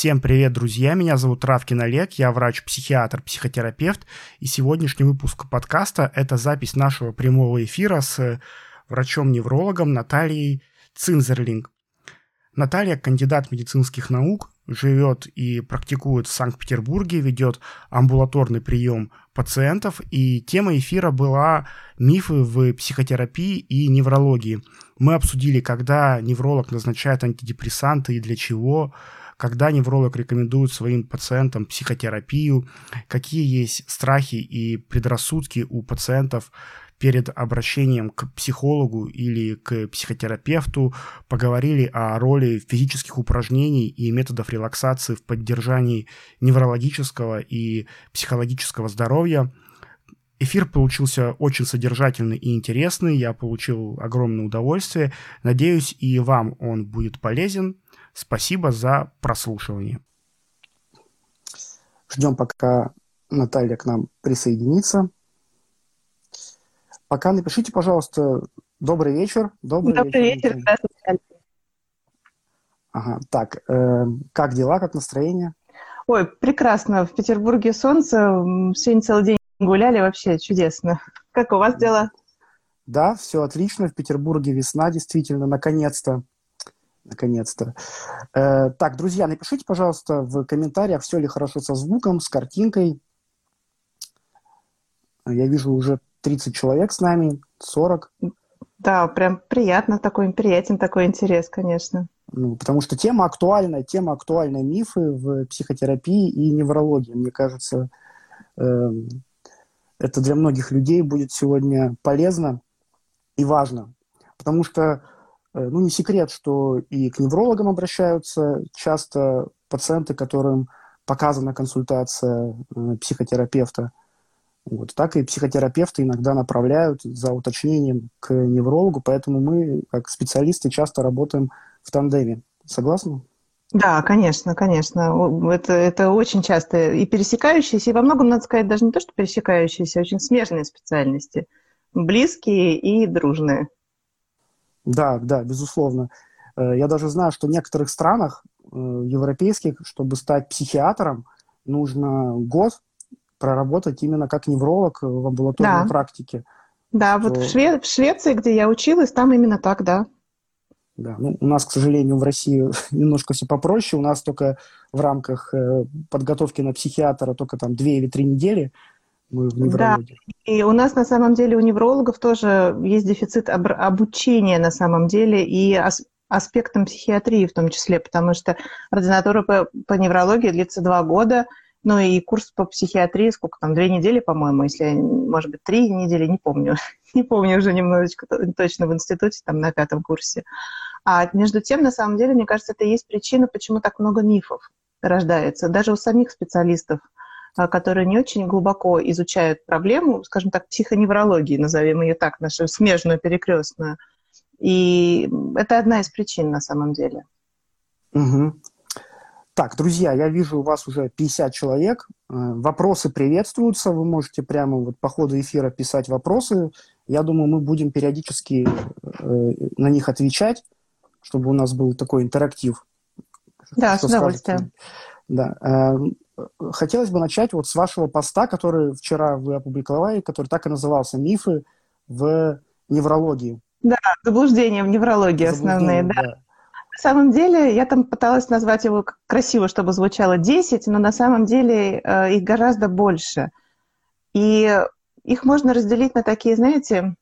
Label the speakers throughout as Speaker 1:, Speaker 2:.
Speaker 1: Всем привет, друзья! Меня зовут Травкин Олег, я врач-психиатр, психотерапевт, и сегодняшний выпуск подкаста – это запись нашего прямого эфира с врачом-неврологом Натальей Цинзерлинг. Наталья – кандидат медицинских наук, живет и практикует в Санкт-Петербурге, ведет амбулаторный прием пациентов, и тема эфира была «Мифы в психотерапии и неврологии». Мы обсудили, когда невролог назначает антидепрессанты и для чего, когда невролог рекомендует своим пациентам психотерапию, какие есть страхи и предрассудки у пациентов перед обращением к психологу или к психотерапевту, поговорили о роли физических упражнений и методов релаксации в поддержании неврологического и психологического здоровья. Эфир получился очень содержательный и интересный, я получил огромное удовольствие. Надеюсь, и вам он будет полезен. Спасибо за прослушивание.
Speaker 2: Ждем, пока Наталья к нам присоединится. Пока напишите, пожалуйста, добрый вечер.
Speaker 3: Добрый вечер. Здравствуйте.
Speaker 2: Ага, так, как дела, как настроение?
Speaker 3: Ой, прекрасно. В Петербурге солнце. Сегодня целый день гуляли, вообще чудесно. Как у вас дела?
Speaker 2: Да, все отлично. В Петербурге весна, действительно, наконец-то. Наконец-то. Так, друзья, напишите, пожалуйста, в комментариях, все ли хорошо со звуком, с картинкой. Я вижу уже 30 человек с нами, 40.
Speaker 3: Да, прям приятно, приятен такой интерес, конечно.
Speaker 2: Потому что тема актуальная, мифы в психотерапии и неврологии. Мне кажется, это для многих людей будет сегодня полезно и важно. Потому что, не секрет, что и к неврологам обращаются часто пациенты, которым показана консультация психотерапевта. Так и психотерапевты иногда направляют за уточнением к неврологу, поэтому мы, как специалисты, часто работаем в тандеме. Согласны?
Speaker 3: Да, конечно, конечно. Это очень часто и пересекающиеся, и во многом, надо сказать, даже не то, что пересекающиеся, а очень смежные специальности. Близкие и дружные.
Speaker 2: Да, безусловно. Я даже знаю, что в некоторых странах европейских, чтобы стать психиатром, нужно год проработать именно как невролог в амбулаторной практике.
Speaker 3: Да, вот в Швеции, где я училась, там именно так, да.
Speaker 2: Да, у нас, к сожалению, в России немножко все попроще. У нас только в рамках подготовки на психиатра только там 2 или 3 недели мы в неврологии.
Speaker 3: Да, и у нас на самом деле у неврологов тоже есть дефицит обучения на самом деле и аспектом психиатрии в том числе, потому что ординатура по неврологии длится 2 года, и курс по психиатрии, 2 недели, по-моему, если, может быть, 3 недели, не помню. Не помню уже немножечко точно в институте, там на 5 курсе. А между тем, на самом деле, мне кажется, это и есть причина, почему так много мифов рождается. Даже у самих специалистов, которые не очень глубоко изучают проблему, скажем так, психоневрологии, назовем ее так, нашу смежную, перекрестную. И это одна из причин, на самом деле.
Speaker 2: Угу. Так, друзья, я вижу, у вас уже 50 человек. Вопросы приветствуются. Вы можете прямо по ходу эфира писать вопросы. Я думаю, мы будем периодически на них отвечать, чтобы у нас был такой интерактив.
Speaker 3: Да, с удовольствием.
Speaker 2: Да. Хотелось бы начать с вашего поста, который вчера вы опубликовали, который так и назывался «Мифы в неврологии».
Speaker 3: Да, заблуждения в неврологии основные, да. На самом деле, я там пыталась назвать его красиво, чтобы звучало 10, но на самом деле их гораздо больше. И их можно разделить на такие, знаете,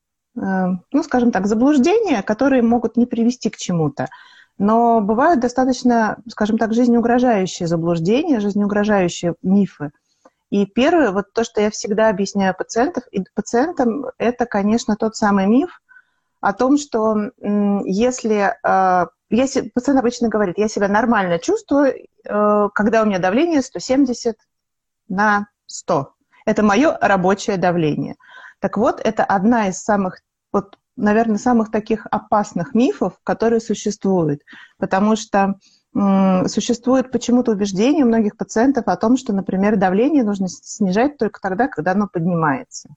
Speaker 3: скажем так, заблуждения, которые могут не привести к чему-то. Но бывают достаточно, скажем так, жизнеугрожающие заблуждения, жизнеугрожающие мифы. И первое, то, что я всегда объясняю пациентам, это, конечно, тот самый миф о том, что если пациент обычно говорит, я себя нормально чувствую, когда у меня давление 170 на 100. Это мое рабочее давление. Так вот, это одна из самых, наверное, самых таких опасных мифов, которые существуют. Потому что существует почему-то убеждение у многих пациентов о том, что, например, давление нужно снижать только тогда, когда оно поднимается.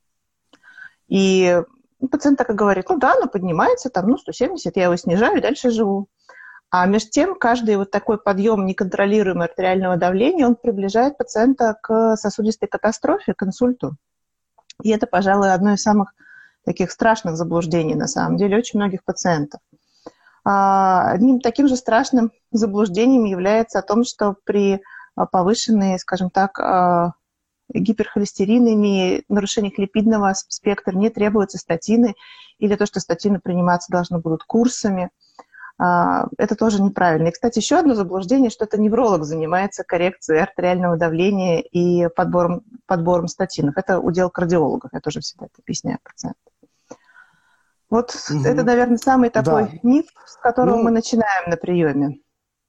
Speaker 3: И пациент так и говорит, оно поднимается, 170, я его снижаю и дальше живу. А между тем, каждый вот такой подъем неконтролируемого артериального давления, он приближает пациента к сосудистой катастрофе, к инсульту. И это, пожалуй, одно из самых таких страшных заблуждений, на самом деле, очень многих пациентов. Одним таким же страшным заблуждением является о том, что при повышенной, скажем так, гиперхолестеринемии, нарушениях липидного спектра не требуются статины, или то, что статины приниматься должны будут курсами. Это тоже неправильно. И, кстати, еще одно заблуждение, что это невролог занимается коррекцией артериального давления и подбором статинов. Это удел кардиологов, я тоже всегда это объясняю пациентам. Вот это, наверное, самый такой миф, с которого мы начинаем на приеме.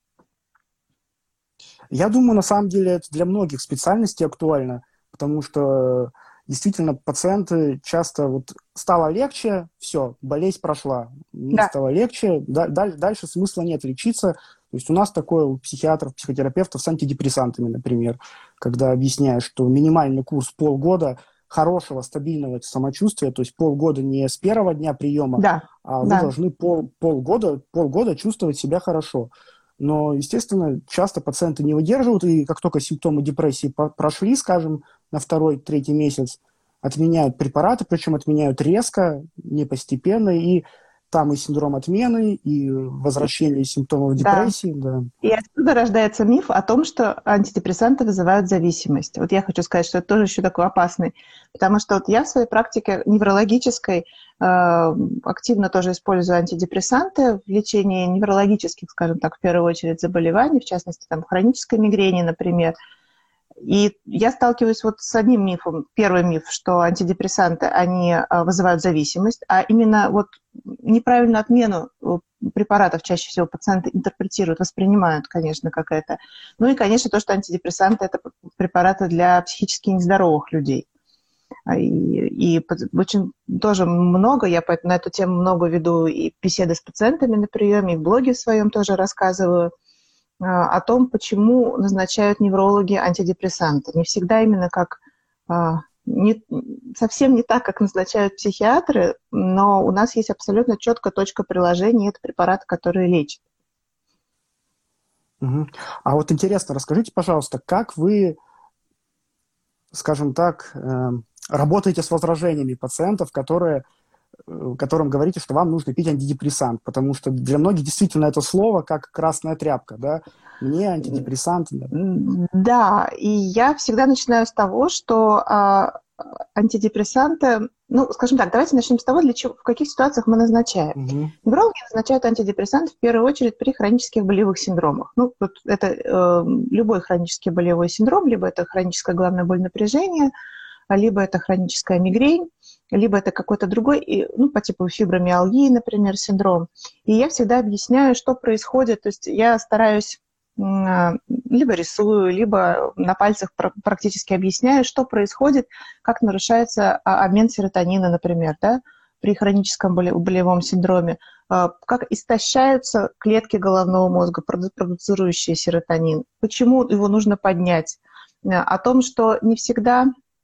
Speaker 2: Я думаю, на самом деле это для многих специальностей актуально, потому что действительно пациенты часто вот стало легче, все, болезнь прошла, не стало легче, дальше смысла нет лечиться. То есть у нас такое у психиатров, психотерапевтов с антидепрессантами, например, когда объясняют, что минимальный курс полгода хорошего, стабильного самочувствия, то есть полгода не с первого дня приема, а вы должны полгода чувствовать себя хорошо. Но, естественно, часто пациенты не выдерживают, и как только симптомы депрессии прошли, скажем, на второй-третий месяц, отменяют препараты, причем отменяют резко, не постепенно, и там и синдром отмены, и возвращение симптомов депрессии. Да.
Speaker 3: И отсюда рождается миф о том, что антидепрессанты вызывают зависимость. Вот я хочу сказать, что это тоже еще такой опасный, потому что вот я в своей практике неврологической активно тоже использую антидепрессанты в лечении неврологических, скажем так, в первую очередь заболеваний, в частности, там, хронической мигрени, например. И я сталкиваюсь вот с одним мифом. Первый миф, что антидепрессанты, они вызывают зависимость, а именно вот неправильную отмену препаратов чаще всего пациенты интерпретируют, воспринимают, конечно, как это. Ну и, конечно, то, что антидепрессанты – это препараты для психически нездоровых людей. И очень тоже много, я на эту тему много веду и беседы с пациентами на приеме, и в блоге в своем тоже рассказываю о том, почему назначают неврологи антидепрессанты. Не всегда именно как... совсем не так, как назначают психиатры, но у нас есть абсолютно четкая точка приложения, это препараты, которые лечат.
Speaker 2: А вот интересно, расскажите, пожалуйста, как вы, скажем так, работаете с возражениями пациентов, которым говорите, что вам нужно пить антидепрессант, потому что для многих действительно это слово как красная тряпка, да? Мне антидепрессант.
Speaker 3: Да, и я всегда начинаю с того, что антидепрессанты, ну, скажем так, давайте начнем с того, в каких ситуациях мы назначаем. Неврологи назначают антидепрессанты в первую очередь при хронических болевых синдромах. Ну, вот это любой хронический болевой синдром, либо это хроническое головное боль напряжение, либо это хроническая мигрень, либо это какой-то другой, ну, по типу фибромиалгии, например, синдром. И я всегда объясняю, что происходит. То есть я стараюсь либо рисую, либо на пальцах практически объясняю, что происходит, как нарушается обмен серотонина, например, да, при хроническом болевом синдроме, как истощаются клетки головного мозга, продуцирующие серотонин, почему его нужно поднять, о том, что не всегда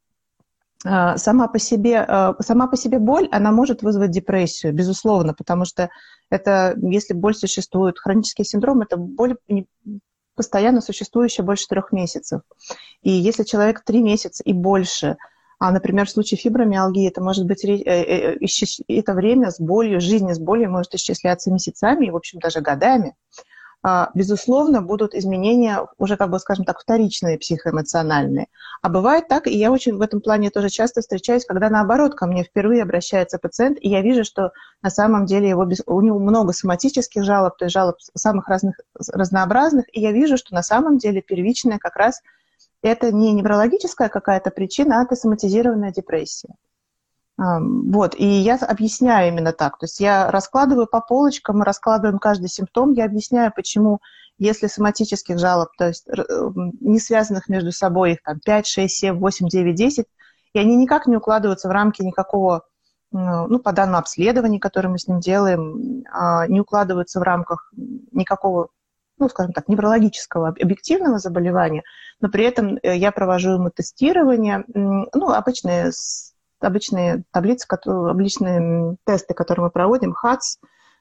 Speaker 3: сама по себе боль, она может вызвать депрессию, безусловно, потому что это, если боль существует, хронический синдром, это боль постоянно существующая больше 3 месяцев. И если человек 3 месяца и больше, например, в случае фибромиалгии, это может быть, это время с болью, жизнь с болью может исчисляться месяцами и, в общем, даже годами. Безусловно, будут изменения уже, как бы, скажем так, вторичные, психоэмоциональные. А бывает так, и я очень в этом плане тоже часто встречаюсь, когда, наоборот, ко мне впервые обращается пациент, и я вижу, что на самом деле у него много соматических жалоб, то есть жалоб самых разнообразных, и я вижу, что на самом деле первичная как раз это не неврологическая какая-то причина, а это соматизированная депрессия. Вот, и я объясняю именно так, то есть я раскладываю по полочкам, мы раскладываем каждый симптом, я объясняю, почему, если соматических жалоб, то есть не связанных между собой, их там 5, 6, 7, 8, 9, 10, и они никак не укладываются в рамки никакого, ну, по данным обследований, которые мы с ним делаем, не укладываются в рамках никакого, ну, скажем так, неврологического объективного заболевания, но при этом я провожу ему тестирование, ну, обычные таблицы, обычные тесты, которые мы проводим, ХАЦ,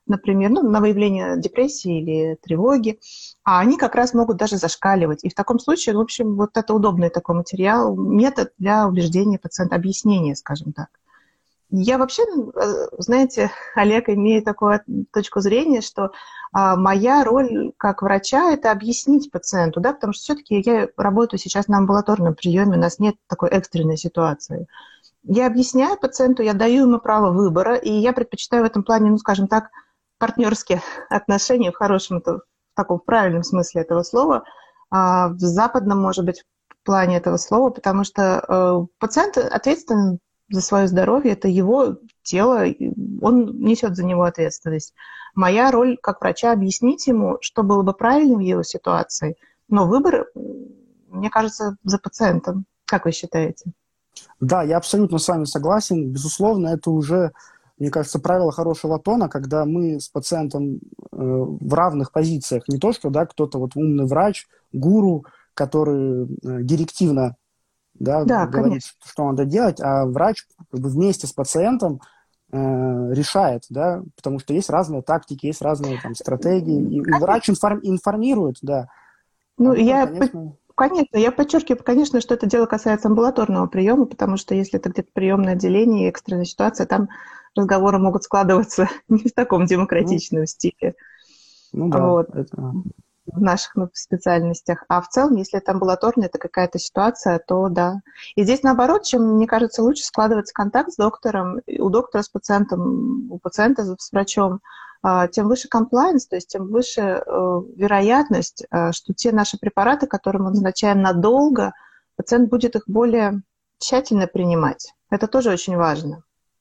Speaker 3: например, на выявление депрессии или тревоги, а они как раз могут даже зашкаливать. И в таком случае, в общем, вот это удобный такой материал, метод для убеждения пациента, объяснения, скажем так. Я вообще, знаете, Олег, имею такую точку зрения, что моя роль как врача – это объяснить пациенту, да, потому что все-таки я работаю сейчас на амбулаторном приеме, у нас нет такой экстренной ситуации. Я объясняю пациенту, я даю ему право выбора, и я предпочитаю в этом плане, ну, скажем так, партнерские отношения в хорошем, в таком правильном смысле этого слова, в западном, может быть, в плане этого слова, потому что пациент ответственен за свое здоровье, это его тело, он несет за него ответственность. Моя роль как врача объяснить ему, что было бы правильно в его ситуации, но выбор, мне кажется, за пациентом. Как вы считаете?
Speaker 2: Да, я абсолютно с вами согласен. Безусловно, это уже, мне кажется, правило хорошего тона, когда мы с пациентом в равных позициях. Не то, что да, кто-то вот умный врач, гуру, который директивно говорит, конечно, что надо делать, а врач вместе с пациентом решает, да, потому что есть разные тактики, есть разные там стратегии, и врач информирует, да.
Speaker 3: Ну, Конечно, я подчеркиваю, конечно, что это дело касается амбулаторного приема, потому что если это где-то приемное отделение, экстренная ситуация, там разговоры могут складываться не в таком демократичном стиле.
Speaker 2: Ну да,
Speaker 3: вот. В наших специальностях. А в целом, если это амбулаторная, это какая-то ситуация, то да. И здесь, наоборот, чем, мне кажется, лучше складывается контакт с доктором, у доктора с пациентом, у пациента с врачом, тем выше комплайнс, то есть тем выше вероятность, что те наши препараты, которые мы назначаем надолго, пациент будет их более тщательно принимать. Это тоже очень важно.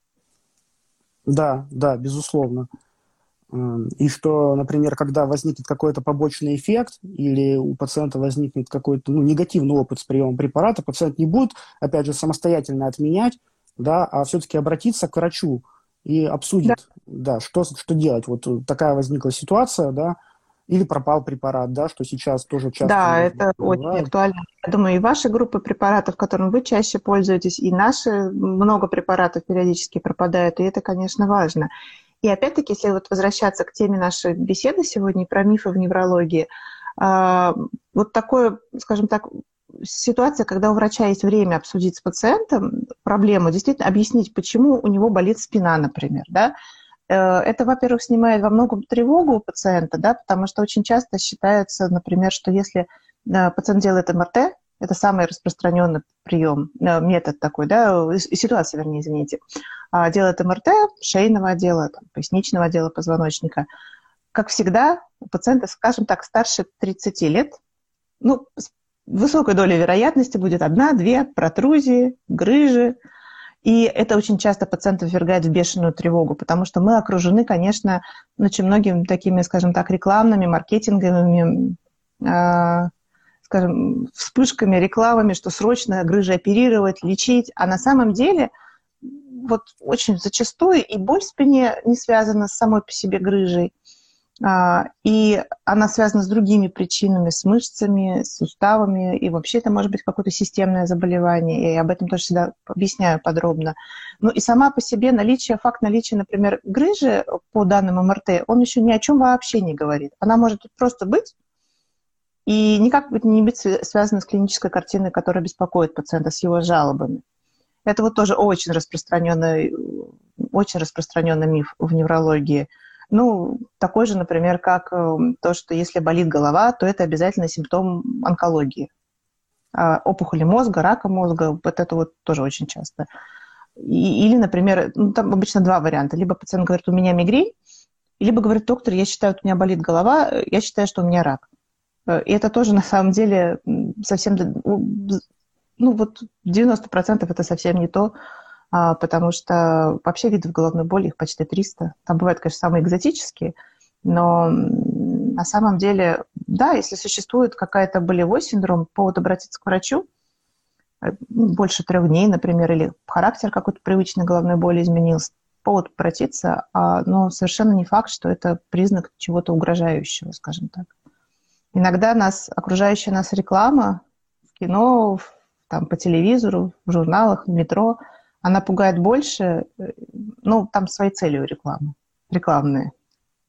Speaker 2: Да, безусловно. И что, например, когда возникнет какой-то побочный эффект или у пациента возникнет какой-то негативный опыт с приемом препарата, пациент не будет, опять же, самостоятельно отменять, да, а все-таки обратиться к врачу и обсудит, что делать. Вот такая возникла ситуация, да, или пропал препарат, да, что сейчас тоже часто...
Speaker 3: Да, это бывает. Очень актуально. Я думаю, и ваши группы препаратов, которым вы чаще пользуетесь, и наши, много препаратов периодически пропадают, и это, конечно, важно. И опять-таки, если вот возвращаться к теме нашей беседы сегодня про мифы в неврологии, вот такое, скажем так, ситуация, когда у врача есть время обсудить с пациентом проблему, действительно объяснить, почему у него болит спина, например, да, это, во-первых, снимает во многом тревогу у пациента, да, потому что очень часто считается, например, что если пациент делает МРТ, это самый распространенный прием, метод такой, да, ситуация, вернее, извините, делает МРТ шейного отдела, там, поясничного отдела позвоночника. Как всегда, у пациента, скажем так, старше 30 лет, ну, с высокой долей вероятности будет 1-2 протрузии, грыжи, и это очень часто пациентов ввергает в бешеную тревогу, потому что мы окружены, конечно, очень многими такими, скажем так, рекламными, маркетинговыми, скажем, вспышками, рекламами, что срочно грыжи оперировать, лечить, а на самом деле вот очень зачастую и боль в спине не связана с самой по себе грыжей, и она связана с другими причинами, с мышцами, с суставами, и вообще это может быть какое-то системное заболевание, и об этом тоже всегда объясняю подробно. Ну и сама по себе факт наличия, например, грыжи по данным МРТ, он еще ни о чем вообще не говорит. Она может просто быть и никак не быть связана с клинической картиной, которая беспокоит пациента, с его жалобами. Это вот тоже очень распространенный миф в неврологии. Ну, такой же, например, как то, что если болит голова, то это обязательно симптом онкологии. Опухоли мозга, рака мозга, вот это вот тоже очень часто. Или, например, там обычно два варианта. Либо пациент говорит, у меня мигрень, либо говорит, доктор, я считаю, у меня болит голова, я считаю, что у меня рак. И это тоже на самом деле совсем... вот 90% это совсем не то, потому что вообще видов головной боли, их почти 300. Там бывают, конечно, самые экзотические, но на самом деле, да, если существует какая-то болевой синдром, повод обратиться к врачу, больше 3 дней, например, или характер какой-то привычной головной боли изменился, повод обратиться, но совершенно не факт, что это признак чего-то угрожающего, скажем так. Иногда окружающая нас реклама в кино, там, по телевизору, в журналах, в метро, она пугает больше, там своей целью рекламные.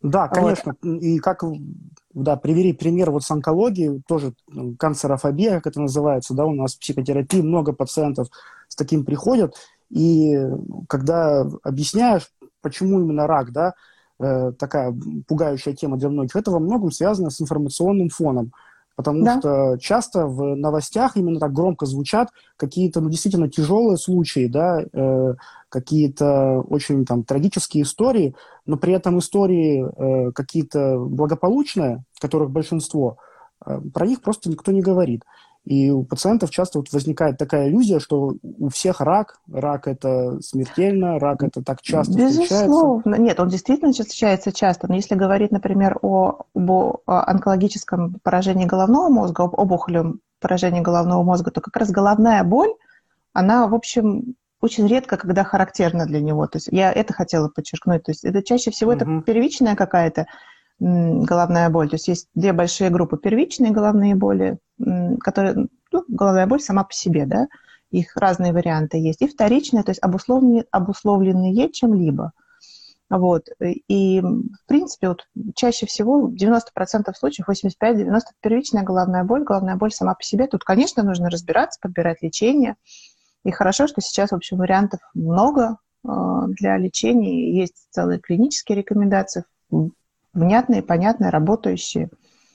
Speaker 2: Да, конечно. Вот. И как, да, привери пример вот с онкологией, тоже канцерофобия, как это называется, да, у нас в психотерапии много пациентов с таким приходят, и когда объясняешь, почему именно рак, да, такая пугающая тема для многих, это во многом связано с информационным фоном. Потому что часто в новостях именно так громко звучат какие-то, действительно тяжелые случаи, да, какие-то очень там трагические истории, но при этом истории какие-то благополучные, которых большинство, про них просто никто не говорит. И у пациентов часто вот возникает такая иллюзия, что у всех рак это смертельно, рак это так часто встречается.
Speaker 3: Безусловно. Нет, он действительно встречается часто, но если говорить, например, об онкологическом поражении головного мозга, об опухолевом поражении головного мозга, то как раз головная боль, она, в общем, очень редко, когда характерна для него. То есть я это хотела подчеркнуть. То есть это чаще всего это первичная какая-то головная боль. То есть есть две большие группы: первичные головные боли, которые, головная боль сама по себе, да, их разные варианты есть, и вторичные, то есть обусловленные чем-либо. Вот. И, в принципе, вот чаще всего, в 90% случаев, 85-90% первичная головная боль сама по себе. Тут, конечно, нужно разбираться, подбирать лечение. И хорошо, что сейчас, в общем, вариантов много для лечения. Есть целые клинические рекомендации, внятные, понятные, работающие.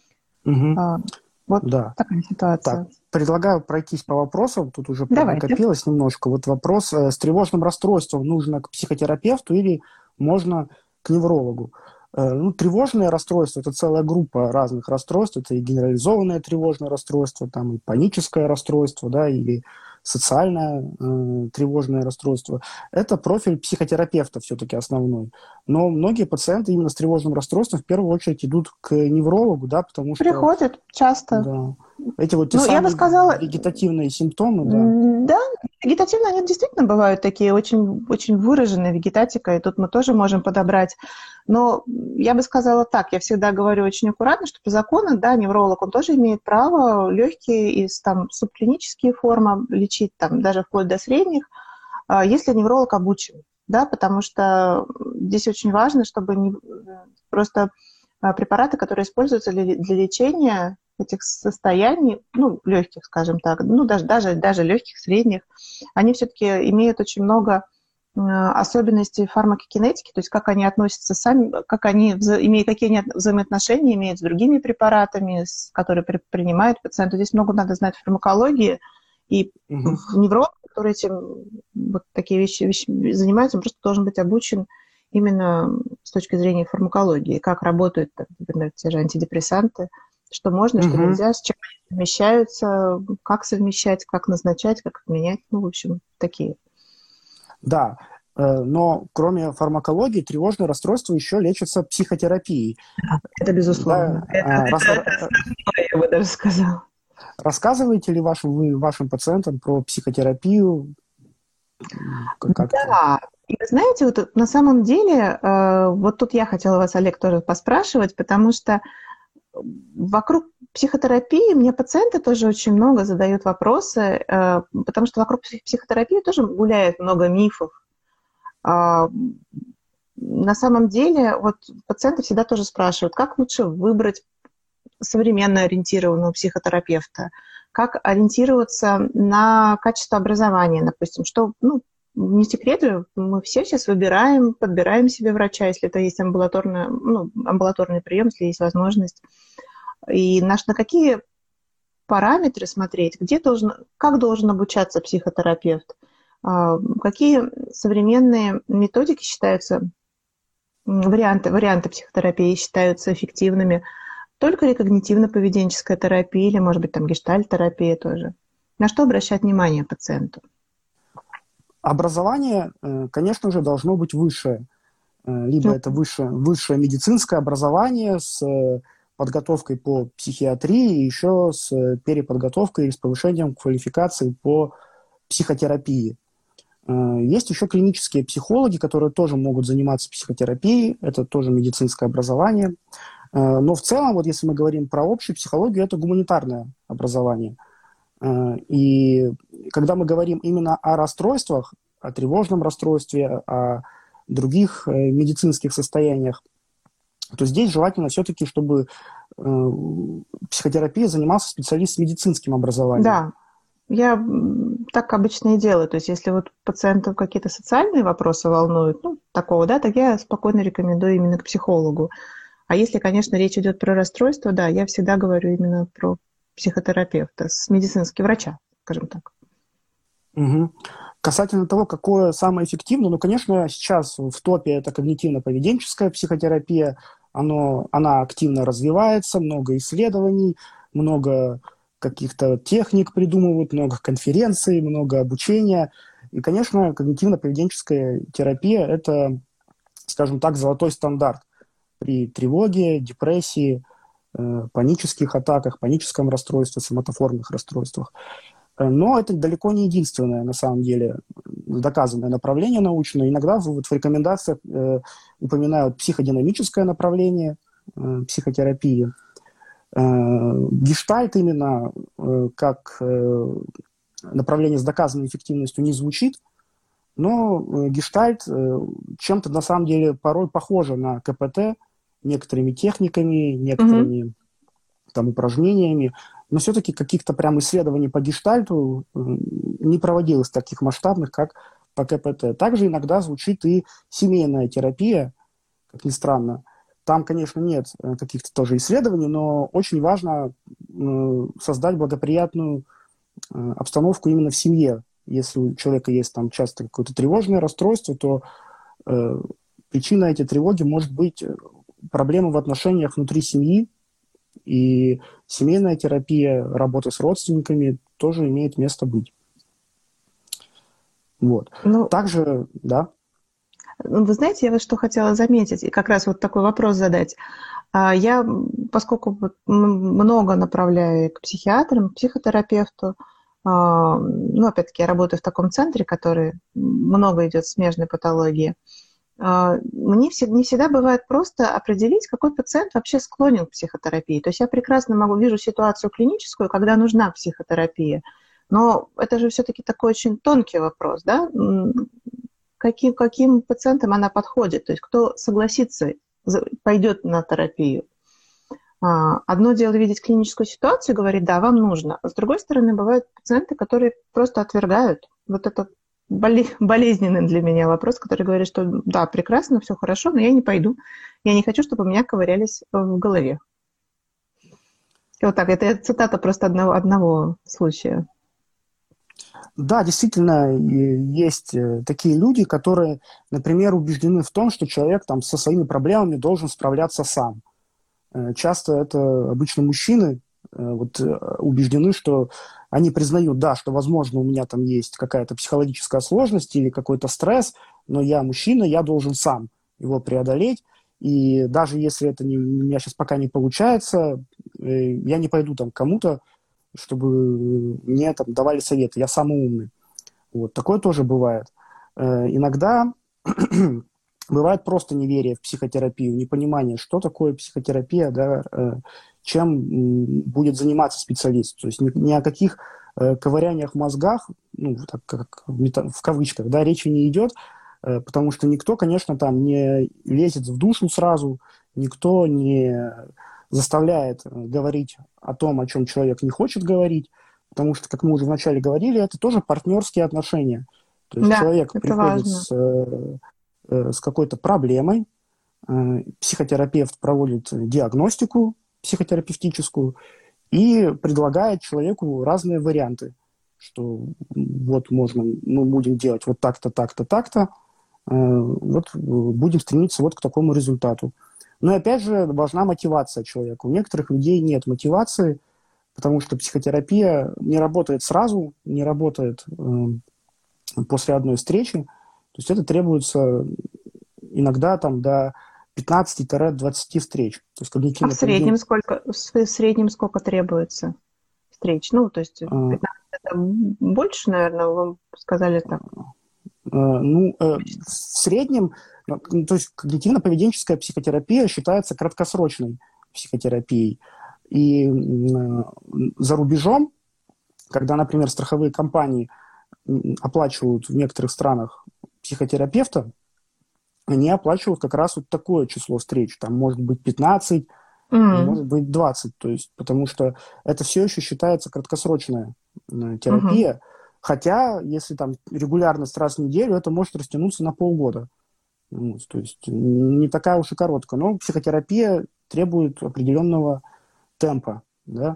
Speaker 3: Вот такая ситуация.
Speaker 2: Так, предлагаю пройтись по вопросам. Тут уже накопилось немножко. Вот вопрос: с тревожным расстройством нужно к психотерапевту или можно к неврологу? Тревожное расстройство – это целая группа разных расстройств. Это и генерализованное тревожное расстройство, там, и паническое расстройство, да, или социальное тревожное расстройство. Это профиль психотерапевта все-таки основной. Но многие пациенты именно с тревожным расстройством в первую очередь идут к неврологу, да, потому что...
Speaker 3: Приходят часто.
Speaker 2: Да. Эти вот те самые, я бы сказала, вегетативные симптомы, да.
Speaker 3: Да, вегетативные, они действительно бывают такие, очень, очень выраженные вегетатика, и тут мы тоже можем подобрать. Но я бы сказала так, я всегда говорю очень аккуратно, что по закону, да, невролог, он тоже имеет право легкие и там субклинические формы лечить, там, даже вплоть до средних, если невролог обучен, да, потому что здесь очень важно, чтобы не просто препараты, которые используются для лечения этих состояний, легких, скажем так, даже легких, средних, они все-таки имеют очень много особенностей фармакокинетики, то есть как они относятся сами, какие они взаимоотношения имеют с другими препаратами, которые принимают пациенты. Здесь много надо знать фармакологии, и невролог, который этим вот такие вещи занимается, он просто должен быть обучен именно с точки зрения фармакологии, как работают, например, те же антидепрессанты, что можно, что нельзя, с чем они совмещаются, как совмещать, как назначать, как менять, в общем, такие.
Speaker 2: Да, но кроме фармакологии тревожные расстройства еще лечатся психотерапией.
Speaker 3: Это безусловно. Да, это я бы даже сказала.
Speaker 2: Рассказываете ли вы вашим пациентам про психотерапию?
Speaker 3: Да. И вы знаете, вот на самом деле, вот тут я хотела вас, Олег, тоже поспрашивать, потому что вокруг психотерапии мне пациенты тоже очень много задают вопросы, потому что вокруг психотерапии тоже гуляет много мифов. На самом деле, вот пациенты всегда тоже спрашивают, как лучше выбрать современно ориентированного психотерапевта, как ориентироваться на качество образования, допустим, что, не секрет, мы все сейчас подбираем себе врача, если это есть амбулаторный прием, если есть возможность. И на какие параметры смотреть, как должен обучаться психотерапевт, какие современные методики считаются, варианты психотерапии считаются эффективными, только ли когнитивно-поведенческая терапия или, может быть, там гештальт-терапия тоже. На что обращать внимание пациенту?
Speaker 2: Образование, конечно же, должно быть высшее. Либо это высшее медицинское образование с подготовкой по психиатрии, и еще с переподготовкой и с повышением квалификации по психотерапии. Есть еще клинические психологи, которые тоже могут заниматься психотерапией. Это тоже медицинское образование. Но в целом, вот если мы говорим про общую психологию, это гуманитарное образование. И когда мы говорим именно о расстройствах, о тревожном расстройстве, о других медицинских состояниях, то здесь желательно все-таки, чтобы психотерапией занимался специалист с медицинским образованием.
Speaker 3: Да, я так обычно и делаю. То есть если вот пациентов какие-то социальные вопросы волнуют, ну, такого, да, так я спокойно рекомендую именно к психологу. А если, конечно, речь идет про расстройство, да, я всегда говорю именно про психотерапевта, с медицинского врача, скажем так.
Speaker 2: Угу. Касательно того, какое самое эффективное, ну, конечно, сейчас в топе это когнитивно-поведенческая психотерапия, она активно развивается, много исследований, много каких-то техник придумывают, много конференций, много обучения. И, конечно, когнитивно-поведенческая терапия – это, скажем так, золотой стандарт при тревоге, депрессии, панических атаках, паническом расстройстве, соматоформных расстройствах. Но это далеко не единственное, на самом деле, доказанное направление научное. Иногда вот в рекомендациях упоминают психодинамическое направление психотерапии. Гештальт именно как направление с доказанной эффективностью не звучит, но гештальт чем-то на самом деле порой похоже на КПТ, некоторыми техниками, некоторыми там упражнениями, но все-таки каких-то прям исследований по гештальту не проводилось таких масштабных, как по КПТ. Также иногда звучит и семейная терапия, как ни странно. Там, конечно, нет каких-то тоже исследований, но очень важно создать благоприятную обстановку именно в семье. Если у человека есть там часто какое-то тревожное расстройство, то причиной этой тревоги может быть проблема в отношениях внутри семьи, и семейная терапия, работа с родственниками тоже имеет место быть. Вот. Также, да.
Speaker 3: Вы знаете, я вот что хотела заметить, и как раз вот такой вопрос задать. Я, поскольку много направляю к психиатрам, к психотерапевту, ну, опять-таки, я работаю в таком центре, который много идет смежной патологии, мне не всегда бывает просто определить, какой пациент вообще склонен к психотерапии. То есть я прекрасно вижу ситуацию клиническую, когда нужна психотерапия, но это же все-таки такой очень тонкий вопрос, да? Каким пациентам она подходит, то есть кто согласится, пойдет на терапию. Одно дело видеть клиническую ситуацию и говорить, да, вам нужно. А с другой стороны, бывают пациенты, которые просто отвергают. Вот это болезненный для меня вопрос, который говорит, что да, прекрасно, все хорошо, но я не пойду. Я не хочу, чтобы у меня ковырялись в голове. И вот так, это цитата просто одного случая.
Speaker 2: Да, действительно, есть такие люди, которые, например, убеждены в том, что человек там со своими проблемами должен справляться сам. Часто это обычно мужчины убеждены, что они признают, да, что, возможно, у меня там есть какая-то психологическая сложность или какой-то стресс, но я мужчина, я должен сам его преодолеть. И даже если это у меня сейчас пока не получается, я не пойду там к кому-то, чтобы мне там давали советы, я самый умный. Вот. Такое тоже бывает. Иногда бывает просто неверие в психотерапию, непонимание, что такое психотерапия, да, чем будет заниматься специалист. То есть ни о каких ковыряниях в мозгах, ну, так как в кавычках, да, речи не идет, потому что никто, конечно, там не лезет в душу сразу, никто не заставляет говорить о том, о чем человек не хочет говорить, потому что, как мы уже вначале говорили, это тоже партнерские отношения. То есть человек приходит с какой-то проблемой, психотерапевт проводит диагностику психотерапевтическую и предлагает человеку разные варианты, что вот мы будем делать вот так-то, так-то, так-то, вот будем стремиться вот к такому результату. Но опять же важна мотивация человека. У некоторых людей нет мотивации, потому что психотерапия не работает сразу, не работает после одной встречи. То есть это требуется иногда там до 15-20 встреч. То есть
Speaker 3: в среднем сколько требуется встреч? Ну, то есть 15 это больше, наверное, вы сказали так.
Speaker 2: В среднем, то есть когнитивно-поведенческая психотерапия считается краткосрочной психотерапией. И за рубежом, когда, например, страховые компании оплачивают в некоторых странах психотерапевта, они оплачивают как раз вот такое число встреч. Там может быть 15, может быть 20. То есть, потому что это все еще считается краткосрочная терапия. Хотя, если там регулярность раз в неделю, это может растянуться на полгода. То есть не такая уж и короткая. Но психотерапия требует определенного темпа. Да?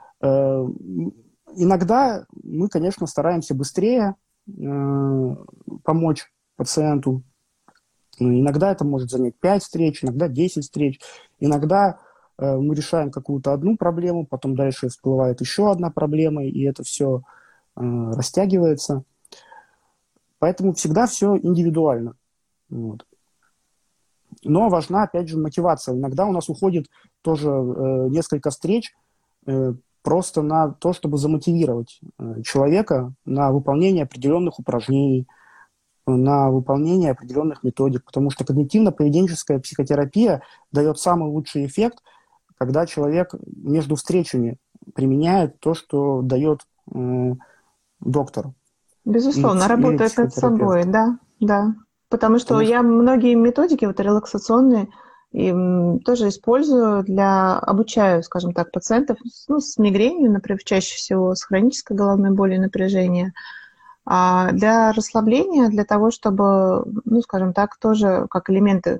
Speaker 2: Иногда мы, конечно, стараемся быстрее помочь пациенту. Иногда это может занять 5 встреч, иногда 10 встреч. Иногда мы решаем какую-то одну проблему, потом дальше всплывает еще одна проблема, и это все растягивается. Поэтому всегда все индивидуально. Вот. Но важна, опять же, мотивация. Иногда у нас уходит тоже несколько встреч просто на то, чтобы замотивировать человека на выполнение определенных упражнений, на выполнение определенных методик, потому что когнитивно-поведенческая психотерапия дает самый лучший эффект, когда человек между встречами применяет то, что дает доктор.
Speaker 3: Безусловно, работает над собой, да. Потому что я многие методики вот, релаксационные тоже использую обучаю, скажем так, пациентов с мигренью, например, чаще всего с хронической головной болью и напряжением. А для расслабления, для того, чтобы, скажем так, тоже как элементы,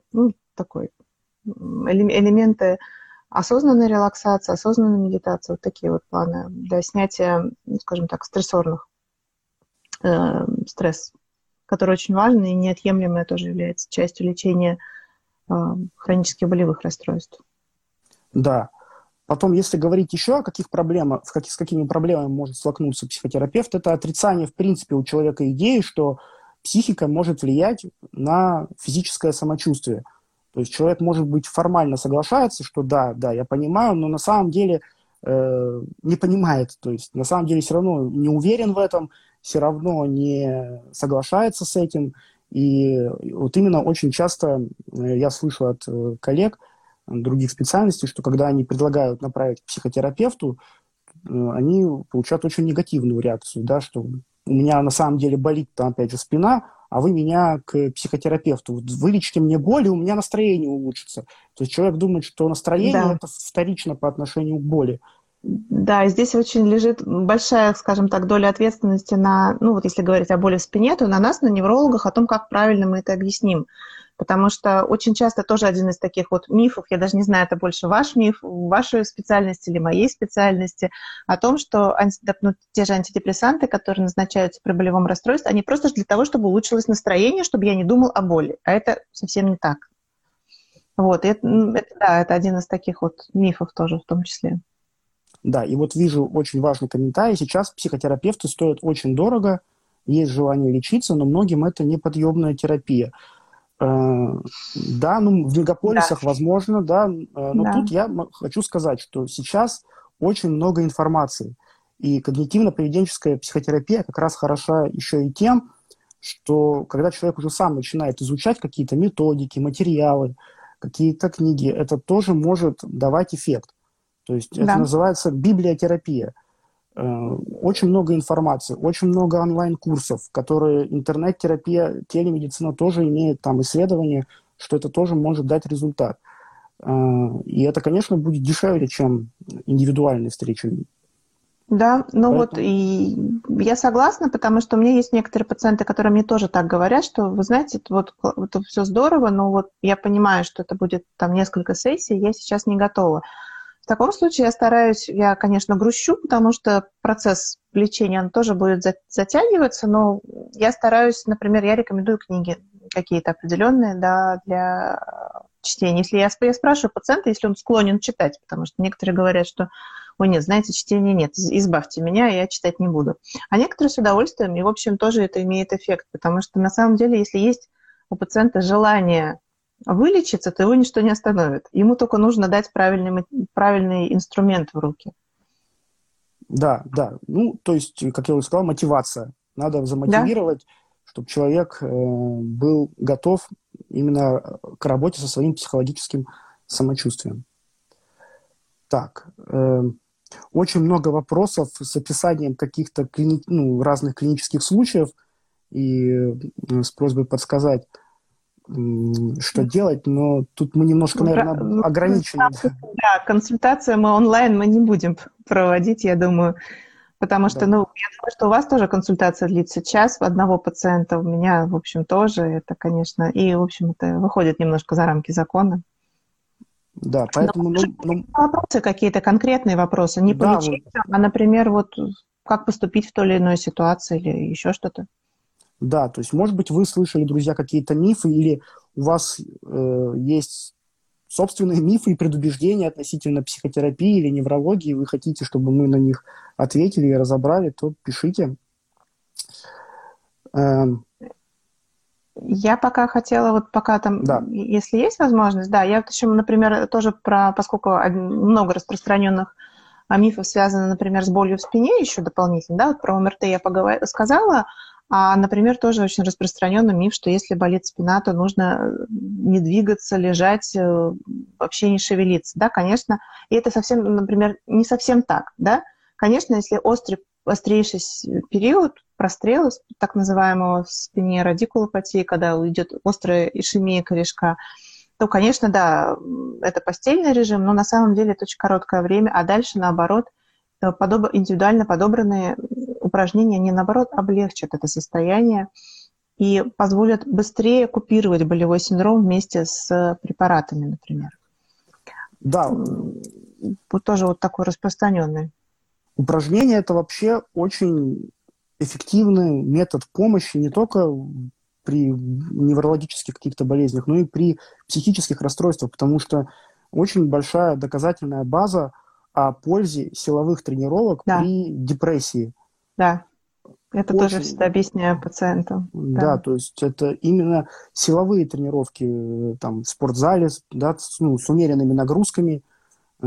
Speaker 3: элементы осознанной релаксации, осознанной медитации, вот такие вот планы для снятия, скажем так, стрессорных стресс, который очень важный и неотъемлемое тоже является частью лечения хронических болевых расстройств.
Speaker 2: Да. Потом, если говорить еще о каких проблемах, с какими проблемами может столкнуться психотерапевт, это отрицание, в принципе, у человека идеи, что психика может влиять на физическое самочувствие. То есть человек, может быть, формально соглашается, что да, я понимаю, но на самом деле не понимает. То есть на самом деле все равно не уверен в этом, все равно не соглашается с этим. И вот именно очень часто я слышу от коллег других специальностей, что когда они предлагают направить к психотерапевту, они получают очень негативную реакцию, да, что у меня на самом деле болит, там, опять же, спина, а вы меня к психотерапевту. Вылечите мне боль, и у меня настроение улучшится. То есть человек думает, что настроение это вторично по отношению к боли.
Speaker 3: Да, и здесь очень лежит большая, скажем так, доля ответственности на, если говорить о боли в спине, то на нас, на неврологах, о том, как правильно мы это объясним. Потому что очень часто тоже один из таких вот мифов, я даже не знаю, это больше ваш миф, вашей специальности или моей специальности, о том, что те же антидепрессанты, которые назначаются при болевом расстройстве, они просто для того, чтобы улучшилось настроение, чтобы я не думал о боли. А это совсем не так. Вот, и это один из таких вот мифов тоже в том числе.
Speaker 2: Да, и вот вижу очень важный комментарий. Сейчас психотерапевты стоят очень дорого, есть желание лечиться, но многим это неподъемная терапия. Да, в мегаполисах возможно, да, но тут я хочу сказать, что сейчас очень много информации. И когнитивно-поведенческая психотерапия как раз хороша еще и тем, что когда человек уже сам начинает изучать какие-то методики, материалы, какие-то книги, это тоже может давать эффект. То есть это называется библиотерапия. Очень много информации, очень много онлайн-курсов, которые интернет-терапия, телемедицина тоже имеет там исследования, что это тоже может дать результат. И это, конечно, будет дешевле, чем индивидуальные встречи.
Speaker 3: Да, вот и я согласна, потому что у меня есть некоторые пациенты, которые мне тоже так говорят, что, вы знаете, вот это все здорово, но вот я понимаю, что это будет там несколько сессий, я сейчас не готова. В таком случае я, конечно, грущу, потому что процесс лечения, он тоже будет затягиваться, но я стараюсь, например, я рекомендую книги какие-то определенные, да, для чтения. Если я спрашиваю пациента, если он склонен читать, потому что некоторые говорят, что, ой, нет, знаете, чтения нет, избавьте меня, я читать не буду. А некоторые с удовольствием, и, в общем, тоже это имеет эффект, потому что, на самом деле, если есть у пациента желание вылечиться, то его ничто не остановит. Ему только нужно дать правильный инструмент в руки.
Speaker 2: Да. То есть, как я уже сказал, мотивация. Надо замотивировать, чтобы человек был готов именно к работе со своим психологическим самочувствием. Так. Очень много вопросов с описанием каких-то разных клинических случаев и с просьбой подсказать. что делать, но тут мы немножко, наверное, ограничены.
Speaker 3: Да, консультацию мы онлайн мы не будем проводить, я думаю, потому что, я думаю, что у вас тоже консультация длится час одного пациента, у меня, в общем, тоже, это, конечно, и, в общем, это выходит немножко за рамки закона.
Speaker 2: Да, поэтому...
Speaker 3: Вопросы какие-то, конкретные вопросы, не по лечению, а, например, вот как поступить в той или иной ситуации или еще что-то.
Speaker 2: Да, то есть, может быть, вы слышали, друзья, какие-то мифы, или у вас есть собственные мифы и предубеждения относительно психотерапии или неврологии, и вы хотите, чтобы мы на них ответили и разобрали, то пишите.
Speaker 3: Я пока хотела, вот пока там, если есть возможность, я вот еще, например, тоже поскольку много распространенных мифов связано, например, с болью в спине еще дополнительно, вот про МРТ я сказала, а, например, тоже очень распространенный миф, что если болит спина, то нужно не двигаться, лежать, вообще не шевелиться, конечно, и это совсем, например, не совсем так, конечно, если острейший период прострела, так называемого в спине радикулопатии, когда идет острая ишемия корешка, то, конечно, это постельный режим, но на самом деле это очень короткое время, а дальше, наоборот, индивидуально подобранные упражнения, они, наоборот, облегчат это состояние и позволят быстрее купировать болевой синдром вместе с препаратами, например.
Speaker 2: Да.
Speaker 3: Вот тоже вот такой распространенный.
Speaker 2: Упражнения – это вообще очень эффективный метод помощи не только при неврологических каких-то болезнях, но и при психических расстройствах, потому что очень большая доказательная база о пользе силовых тренировок при депрессии.
Speaker 3: Да, это тоже всегда объясняю пациентам.
Speaker 2: Да, то есть это именно силовые тренировки там, в спортзале, с умеренными нагрузками.
Speaker 3: Я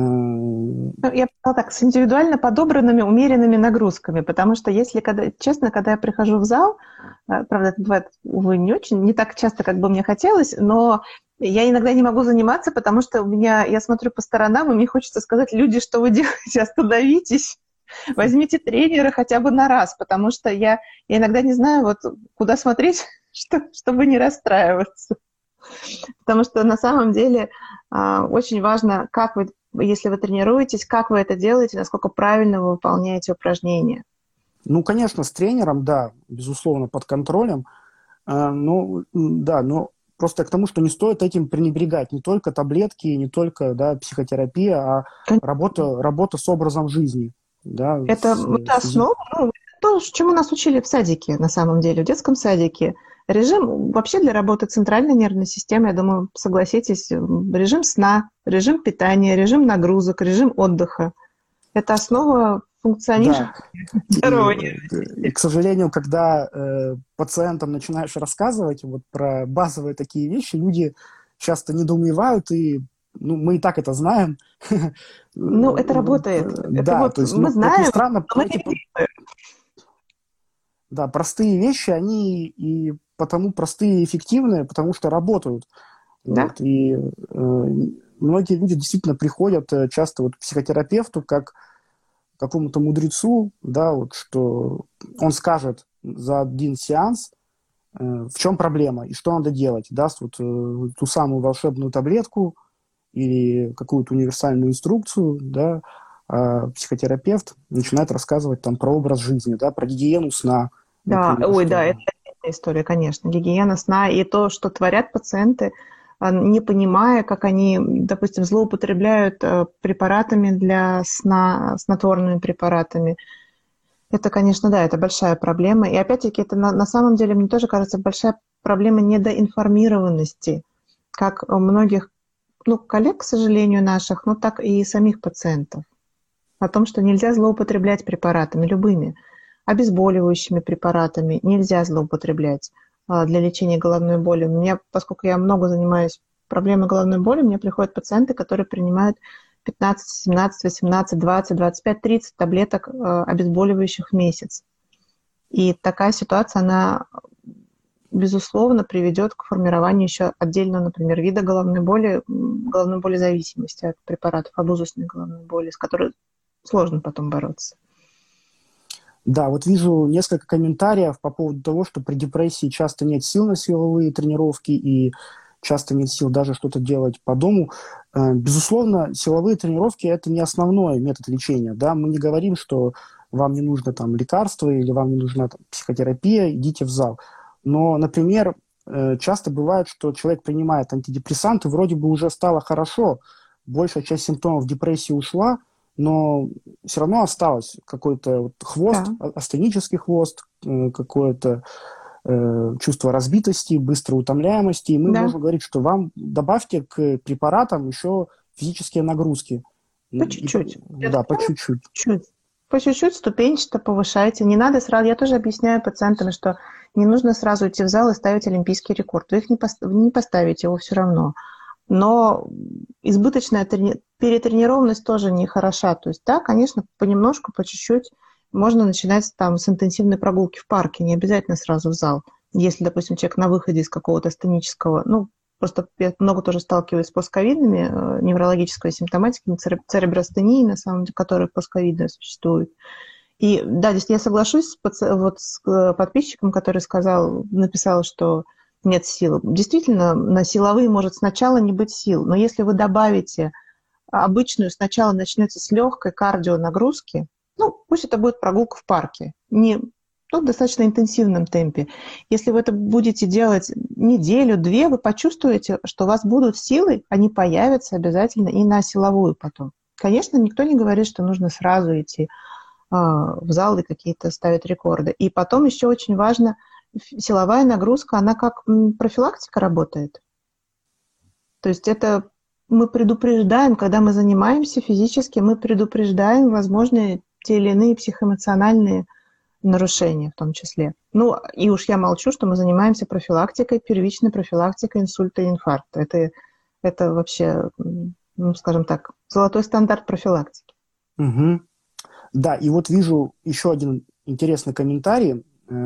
Speaker 3: бы сказала так, с индивидуально подобранными, умеренными нагрузками, потому что честно, когда я прихожу в зал, правда, это бывает, увы, не так часто, как бы мне хотелось, но я иногда не могу заниматься, потому что я смотрю по сторонам, и мне хочется сказать: люди, что вы делаете, остановитесь, возьмите тренера хотя бы на раз, потому что я иногда не знаю, куда смотреть, чтобы не расстраиваться. Потому что на самом деле очень важно, если вы тренируетесь, как вы это делаете, насколько правильно вы выполняете упражнения.
Speaker 2: Ну, конечно, с тренером, да, безусловно, под контролем. Но просто к тому, что не стоит этим пренебрегать. Не только таблетки, не только психотерапия, а работа с образом жизни. Да,
Speaker 3: это основа, то, чему нас учили в садике, на самом деле, в детском садике. Режим вообще для работы центральной нервной системы, я думаю, согласитесь, режим сна, режим питания, режим нагрузок, режим отдыха. Это основа функционирования здорового нервной.
Speaker 2: И, к сожалению, когда пациентам начинаешь рассказывать про базовые такие вещи, люди часто недоумевают, и мы и так это знаем.
Speaker 3: Это работает.
Speaker 2: Да, то есть,
Speaker 3: мы знаем,
Speaker 2: странно,
Speaker 3: но мы не делаем.
Speaker 2: Да, простые вещи, они и потому простые и эффективные, потому что работают.
Speaker 3: Да?
Speaker 2: И многие люди действительно приходят часто к психотерапевту как к какому-то мудрецу, что он скажет за один сеанс, в чем проблема и что надо делать. Даст ту самую волшебную таблетку или какую-то универсальную инструкцию, а психотерапевт начинает рассказывать про образ жизни, про гигиену сна.
Speaker 3: Да, это отдельная история, конечно. Гигиена сна и то, что творят пациенты, не понимая, как они, допустим, злоупотребляют препаратами для сна, снотворными препаратами. Это, конечно, это большая проблема. И опять-таки, это на самом деле, мне тоже кажется, большая проблема недоинформированности, как у многих коллег, к сожалению, наших, так и самих пациентов. О том, что нельзя злоупотреблять препаратами, любыми. Обезболивающими препаратами нельзя злоупотреблять для лечения головной боли. Поскольку я много занимаюсь проблемой головной боли, мне приходят пациенты, которые принимают 15, 17, 18, 20, 25, 30 таблеток обезболивающих в месяц. И такая ситуация, она, безусловно, приведет к формированию еще отдельного, например, вида головной боли зависимости от препаратов, обузусной головной боли, с которой сложно потом бороться.
Speaker 2: Да, вот вижу несколько комментариев по поводу того, что при депрессии часто нет сил на силовые тренировки и часто нет сил даже что-то делать по дому. Безусловно, силовые тренировки – это не основной метод лечения. Да? Мы не говорим, что вам не нужно там лекарство или вам не нужна там психотерапия, идите в зал. Но, например, часто бывает, что человек принимает антидепрессанты, вроде бы уже стало хорошо, большая часть симптомов депрессии ушла, но все равно осталось какой-то вот хвост,
Speaker 3: Да.
Speaker 2: астенический хвост, какое-то чувство разбитости, быстрой утомляемости. И мы
Speaker 3: Да.
Speaker 2: можем говорить, что вам добавьте к препаратам еще физические нагрузки.
Speaker 3: По чуть-чуть.
Speaker 2: Да, по чуть-чуть.
Speaker 3: По чуть-чуть, ступенчато повышайте. Не надо сразу. Я тоже объясняю пациентам, что не нужно сразу идти в зал и ставить олимпийский рекорд. Вы их не поставите, его все равно. Но избыточная перетренированность тоже не хороша. То есть, да, конечно, понемножку, по чуть-чуть можно начинать там с интенсивной прогулки в парке, не обязательно сразу в зал. Если, допустим, человек на выходе из какого-то астенического, ну, просто я много тоже сталкиваюсь с постковидными неврологической симптоматикой, церебростенией, на самом деле, которые постковидные существуют. И да, здесь я соглашусь с подписчиком, который написал, что нет сил. Действительно, на силовые может сначала не быть сил, но если вы добавите обычную, сначала начнете с легкой кардионагрузки, ну, пусть это будет прогулка в парке, в достаточно интенсивном темпе. Если вы это будете делать неделю-две, вы почувствуете, что у вас будут силы, они появятся обязательно и на силовую потом. Конечно, никто не говорит, что нужно сразу идти в зал и какие-то ставить рекорды. И потом еще очень важно, силовая нагрузка, она как профилактика работает. То есть это мы предупреждаем, когда мы занимаемся физически, мы предупреждаем возможные те или иные психоэмоциональные нарушения в том числе. Ну, и уж я молчу, что мы занимаемся профилактикой, первичной профилактикой инсульта и инфаркта. Это вообще, ну, скажем так, золотой стандарт профилактики.
Speaker 2: Угу. Да, и вот вижу еще один интересный комментарий,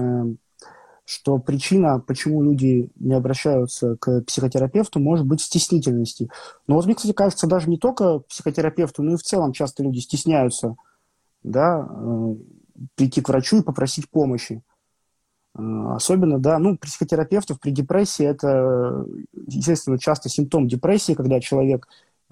Speaker 2: что причина, почему люди не обращаются к психотерапевту, может быть стеснительности. Но вот мне, кстати, кажется, даже не только психотерапевту, но и в целом часто люди стесняются, да, прийти к врачу и попросить помощи. Особенно, да, ну, при психотерапевтах, при депрессии это, естественно, часто симптом депрессии, когда человек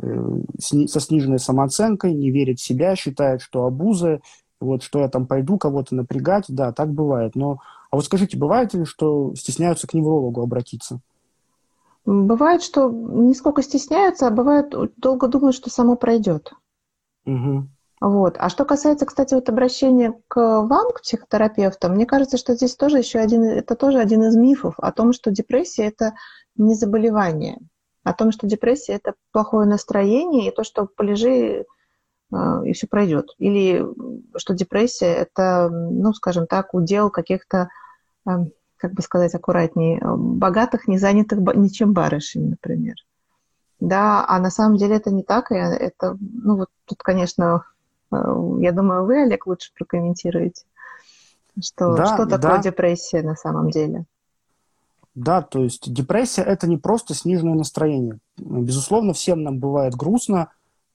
Speaker 2: со сниженной самооценкой, не верит в себя, считает, что абуза, вот что я там пойду кого-то напрягать, да, так бывает. Но, а вот скажите, бывает ли, что стесняются к неврологу обратиться?
Speaker 3: Бывает, что не сколько стесняются, а бывает, долго думают, что само пройдет.
Speaker 2: Угу.
Speaker 3: Вот. А что касается, кстати, вот обращения к вам, к психотерапевтам, мне кажется, что здесь тоже это тоже один из мифов о том, что депрессия – это не заболевание, о том, что депрессия – это плохое настроение, и то, что полежи, и все пройдет. Или что депрессия – это, ну, скажем так, удел каких-то, как бы сказать аккуратнее, богатых, не занятых ничем барышень, например. Да, а на самом деле это не так, и это, ну, вот тут, конечно, я думаю, вы, Олег, лучше прокомментируете, что такое депрессия на самом деле.
Speaker 2: Да, то есть депрессия – это не просто сниженное настроение. Безусловно, всем нам бывает грустно,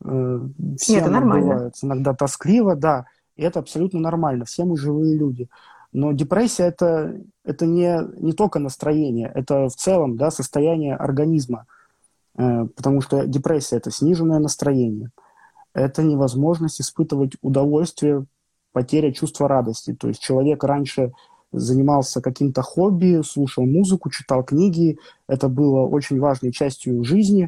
Speaker 2: всем нам бывает иногда тоскливо, да, и это абсолютно нормально, все мы живые люди. Но депрессия – это не только настроение, это в целом, да, состояние организма, потому что депрессия – это сниженное настроение, это невозможность испытывать удовольствие, потеря чувства радости. То есть человек раньше занимался каким-то хобби, слушал музыку, читал книги, это было очень важной частью жизни,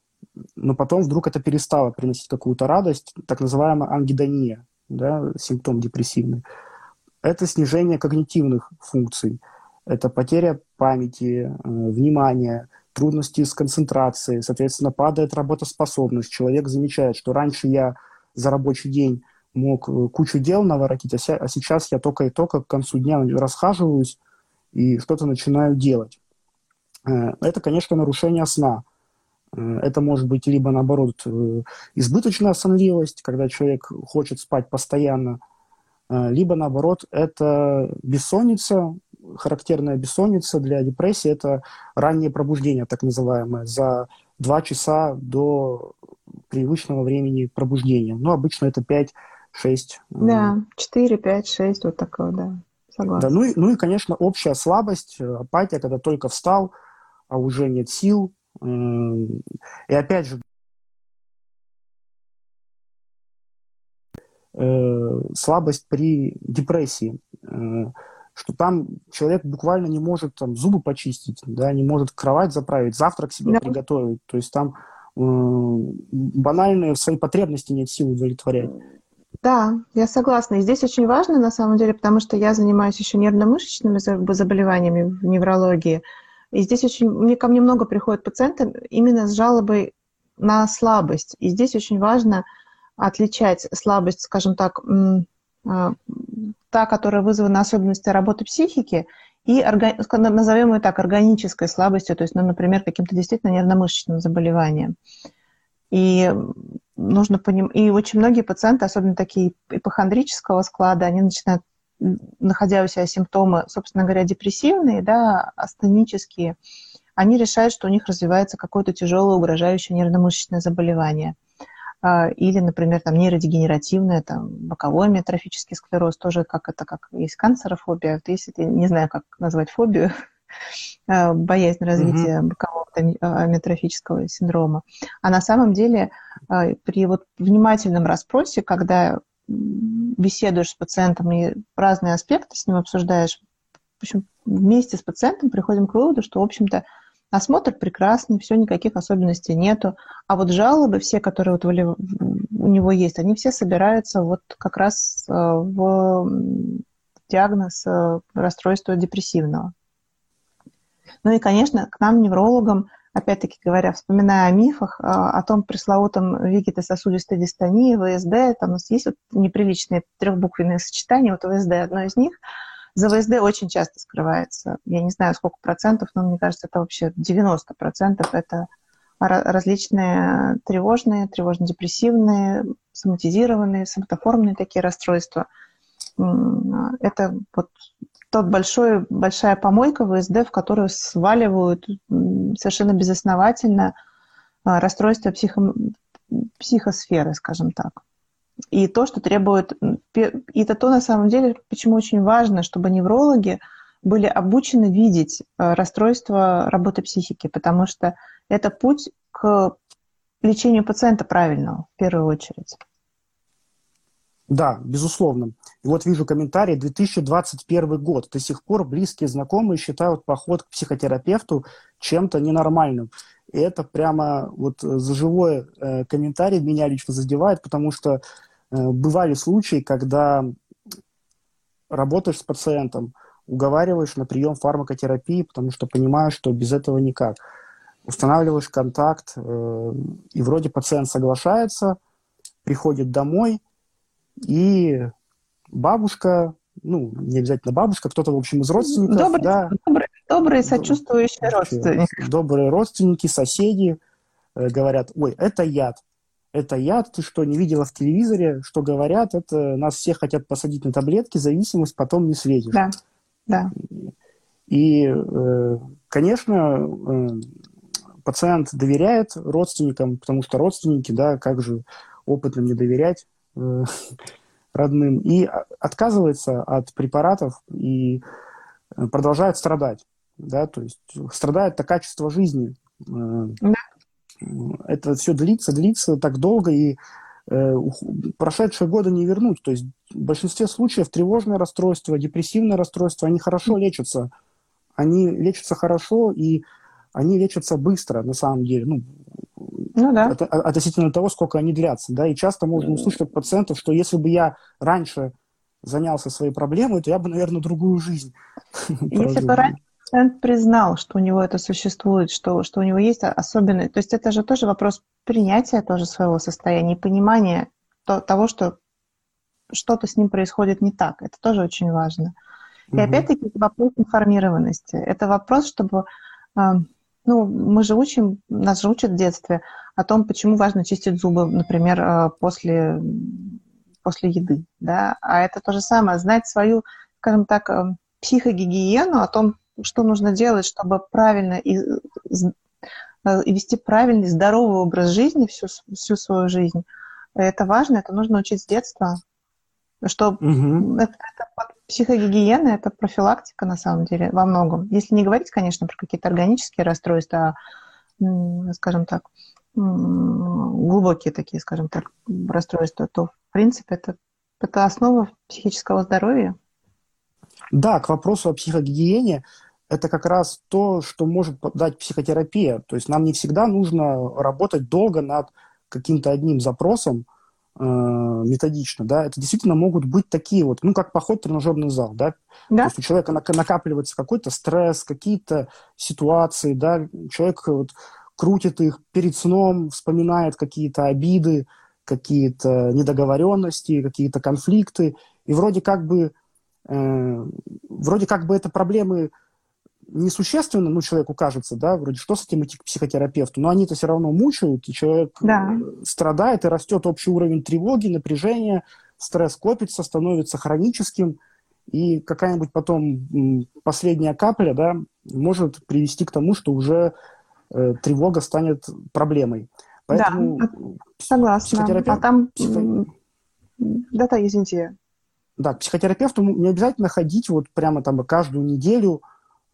Speaker 2: но потом вдруг это перестало приносить какую-то радость, так называемая ангидония, да, симптом депрессивный. Это снижение когнитивных функций, это потеря памяти, внимания, трудности с концентрацией, соответственно, падает работоспособность. Человек замечает, что раньше я за рабочий день мог кучу дел наворотить, а сейчас я только и только к концу дня расхаживаюсь и что-то начинаю делать. Это, конечно, нарушение сна. Это может быть либо, наоборот, избыточная сонливость, когда человек хочет спать постоянно, либо, наоборот, это бессонница, характерная бессонница для депрессии, это раннее пробуждение, так называемое, за 2 часа до привычного времени пробуждения. Ну, обычно это 6.
Speaker 3: Да, 4, 5, 6, вот такое, да. Согласна.
Speaker 2: Да, и, конечно, общая слабость, апатия, когда только встал, а уже нет сил. И опять же, слабость при депрессии, что там человек буквально не может там зубы почистить, да, не может кровать заправить, завтрак себе приготовить. То есть там банальные свои потребности нет сил удовлетворять.
Speaker 3: Да, я согласна. И здесь очень важно, на самом деле, потому что я занимаюсь еще нервно-мышечными заболеваниями в неврологии. И здесь ко мне много приходит пациентов именно с жалобой на слабость. И здесь очень важно отличать слабость, скажем так, та, которая вызвана особенностями работы психики, и, назовем ее так, органической слабостью, то есть, например, каким-то действительно нервно-мышечным заболеванием. И нужно понимать, и очень многие пациенты, особенно такие ипохондрического склада, они начинают, находя у себя симптомы, собственно говоря, депрессивные, да, астенические, они решают, что у них развивается какое-то тяжелое угрожающее нервно-мышечное заболевание. Или, например, там, нейродегенеративное, там, боковой амиотрофический склероз, тоже как есть канцерофобия, вот есть, не знаю, как назвать фобию, боязнь развития бокового амиотрофического синдрома. А на самом деле при внимательном расспросе, когда беседуешь с пациентом и разные аспекты с ним обсуждаешь, в общем, вместе с пациентом приходим к выводу, что, в общем-то, осмотр прекрасный, все, никаких особенностей нету. А вот жалобы, все, которые у него есть, они все собираются вот как раз в диагноз расстройства депрессивного. Ну и, конечно, к нам, неврологам, опять-таки говоря, вспоминая о мифах, о том пресловутом вегетососудистой дистонии, ВСД, там у нас есть вот неприличные трехбуквенные сочетания, вот ВСД одно из них. За ВСД очень часто скрывается, я не знаю, сколько процентов, но мне кажется, это вообще 90%. Это различные тревожно-депрессивные, соматизированные, соматоформные такие расстройства. Это вот большая помойка ВСД, в которую сваливают совершенно безосновательно расстройства психосферы, скажем так. И то, что требует... И это то, на самом деле, почему очень важно, чтобы неврологи были обучены видеть расстройства работы психики, потому что это путь к лечению пациента правильного, в первую очередь.
Speaker 2: Да, безусловно. И вот вижу комментарий: 2021 год. До сих пор близкие знакомые считают поход к психотерапевту чем-то ненормальным. И это прямо вот за живой комментарий меня лично задевает, потому что бывали случаи, когда работаешь с пациентом, уговариваешь на прием фармакотерапии, потому что понимаешь, что без этого никак. Устанавливаешь контакт, и вроде пациент соглашается, приходит домой, и бабушка, не обязательно бабушка, кто-то, в общем, из родственников.
Speaker 3: Добрые сочувствующие родственники.
Speaker 2: Добрые родственники, соседи говорят: ой, это яд. Это яд, ты что, не видела в телевизоре, что говорят? Это нас всех хотят посадить на таблетки, зависимость потом не светишь.
Speaker 3: Да.
Speaker 2: И, конечно, пациент доверяет родственникам, потому что родственники, да, как же опытным не доверять родным, и отказывается от препаратов и продолжает страдать, да, то есть страдает от качества жизни.
Speaker 3: Да.
Speaker 2: Это все длится так долго, и прошедшие годы не вернуть. То есть в большинстве случаев тревожное расстройство, депрессивное расстройство, они хорошо лечатся. Они лечатся хорошо, и они лечатся быстро, на самом деле. Относительно того, сколько они длятся. Да? И часто можно услышать от пациентов, что если бы я раньше занялся своей проблемой, то я бы, наверное, другую жизнь прожил.
Speaker 3: Если бы раньше пациент признал, что у него это существует, что у него есть особенные... То есть это же тоже вопрос принятия тоже своего состояния, понимания того, что что-то с ним происходит не так. Это тоже очень важно. И опять-таки это вопрос информированности. Это вопрос, чтобы... нас же учат в детстве о том, почему важно чистить зубы, например, после еды. Да? А это то же самое, знать свою, скажем так, психогигиену, о том, что нужно делать, чтобы правильно и вести правильный, здоровый образ жизни всю свою жизнь. Это важно, это нужно учить с детства. Что это психогигиена, это профилактика на самом деле во многом. Если не говорить, конечно, про какие-то органические расстройства, скажем так, глубокие такие, скажем так, расстройства, то, в принципе, это основа психического здоровья.
Speaker 2: Да, к вопросу о психогигиене, это как раз то, что может дать психотерапия. То есть нам не всегда нужно работать долго над каким-то одним запросом, методично, да, это действительно могут быть такие вот, как поход в тренажерный зал, да, то есть у человека накапливается какой-то стресс, какие-то ситуации, да, человек вот крутит их перед сном, вспоминает какие-то обиды, какие-то недоговоренности, какие-то конфликты, и вроде как бы это проблемы несущественно, человеку кажется, да, вроде что с этим идти к психотерапевту, но они-то все равно мучают, и человек страдает, и растет общий уровень тревоги, напряжения, стресс копится, становится хроническим, и какая-нибудь потом последняя капля, да, может привести к тому, что уже тревога станет проблемой. Поэтому
Speaker 3: согласна. А там... Да, извините.
Speaker 2: Да, к психотерапевту не обязательно ходить вот прямо там каждую неделю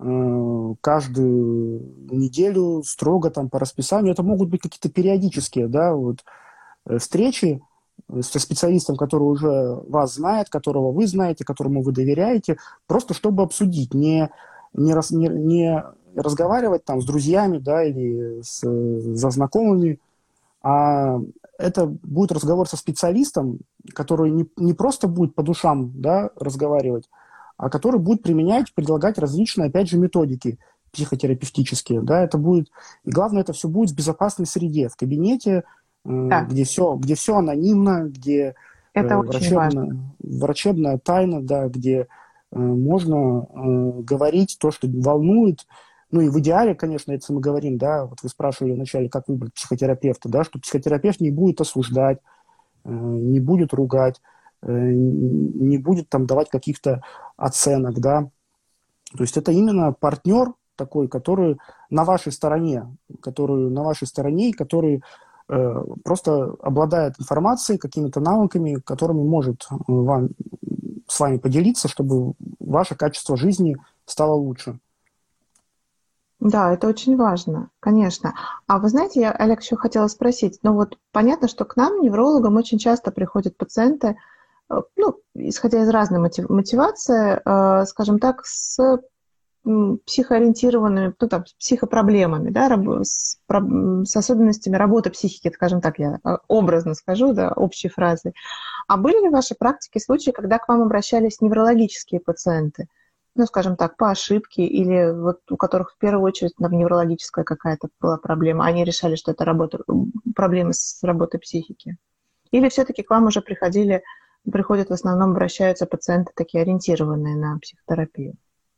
Speaker 2: строго там по расписанию. Это могут быть какие-то периодические, да, вот, встречи со специалистом, который уже вас знает, которого вы знаете, которому вы доверяете, просто чтобы обсудить, не разговаривать там с друзьями, да, или со знакомыми, а это будет разговор со специалистом, который не просто будет по душам, да, разговаривать, а который будет применять, предлагать различные, опять же, методики психотерапевтические. Да, это будет, и главное, это все будет в безопасной среде, в кабинете, где все анонимно, где
Speaker 3: это
Speaker 2: врачебная тайна, да, где можно говорить то, что волнует. Ну и в идеале, конечно, если мы говорим, да, вот вы спрашивали вначале, как выбрать психотерапевта, да, что психотерапевт не будет осуждать, не будет ругать, не будет там давать каких-то оценок, да. То есть это именно партнер такой, который на вашей стороне, который просто обладает информацией, какими-то навыками, которыми может с вами поделиться, чтобы ваше качество жизни стало лучше.
Speaker 3: Да, это очень важно, конечно. А вы знаете, я, Олег, еще хотела спросить, вот понятно, что к нам, неврологам, очень часто приходят пациенты, исходя из разной мотивации, скажем так, с психоориентированными, с психопроблемами, да, с особенностями работы психики, скажем так, я образно скажу, да, общей фразой. А были ли в вашей практике случаи, когда к вам обращались неврологические пациенты? Скажем так, по ошибке, или вот у которых в первую очередь там неврологическая какая-то была проблема, они решали, что это проблемы с работой психики? Или все-таки к вам уже приходят в основном обращаются пациенты такие ориентированные на психотерапию?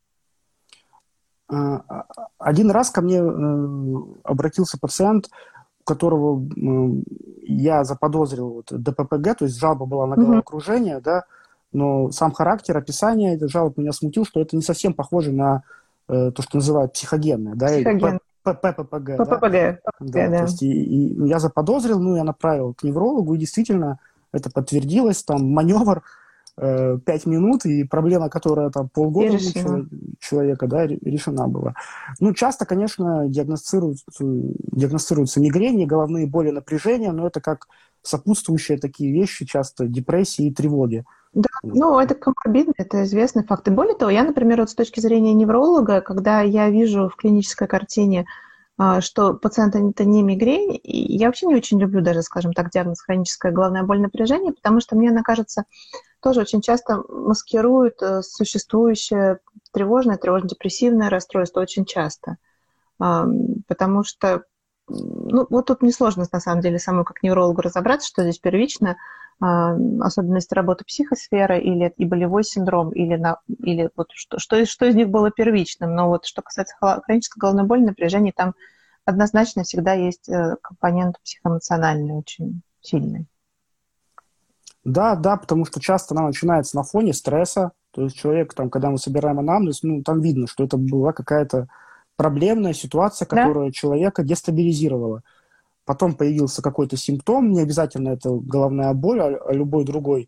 Speaker 2: Один раз ко мне обратился пациент, у которого я заподозрил ДППГ, то есть жалоба была на головокружение, да, но сам характер, описание этих жалоб меня смутил, что это не совсем похоже на то, что называют психогенное, да, или ПППГ.
Speaker 3: ПППГ,
Speaker 2: да. То есть и я заподозрил, я направил к неврологу, и действительно это подтвердилось, там маневр 5 минут, и проблема, которая там полгода мучила человека, да, решена была. Часто, конечно, диагностируются мигрени, головные боли, напряжения, но это как сопутствующие такие вещи, часто депрессии и тревоги.
Speaker 3: Да, это коморбидно, это известный факт. И более того, я, например, с точки зрения невролога, когда я вижу в клинической картине, что пациент это не мигрень, и я вообще не очень люблю даже, скажем так, диагноз хроническая головная боль, напряжение, потому что мне она кажется, тоже очень часто маскирует существующее тревожно-депрессивное расстройство очень часто. Потому что, вот тут несложно, на самом деле, самому как неврологу разобраться, что здесь первично, особенность работы психосферы или и болевой синдром, или вот что из них было первичным. Но вот что касается хронической головной боли, напряжения, там однозначно всегда есть компонент психоэмоциональный очень сильный.
Speaker 2: Да, потому что часто она начинается на фоне стресса. То есть человек, когда мы собираем анамнез, там видно, что это была какая-то проблемная ситуация, которая человека дестабилизировала. Потом появился какой-то симптом, не обязательно это головная боль, а любой другой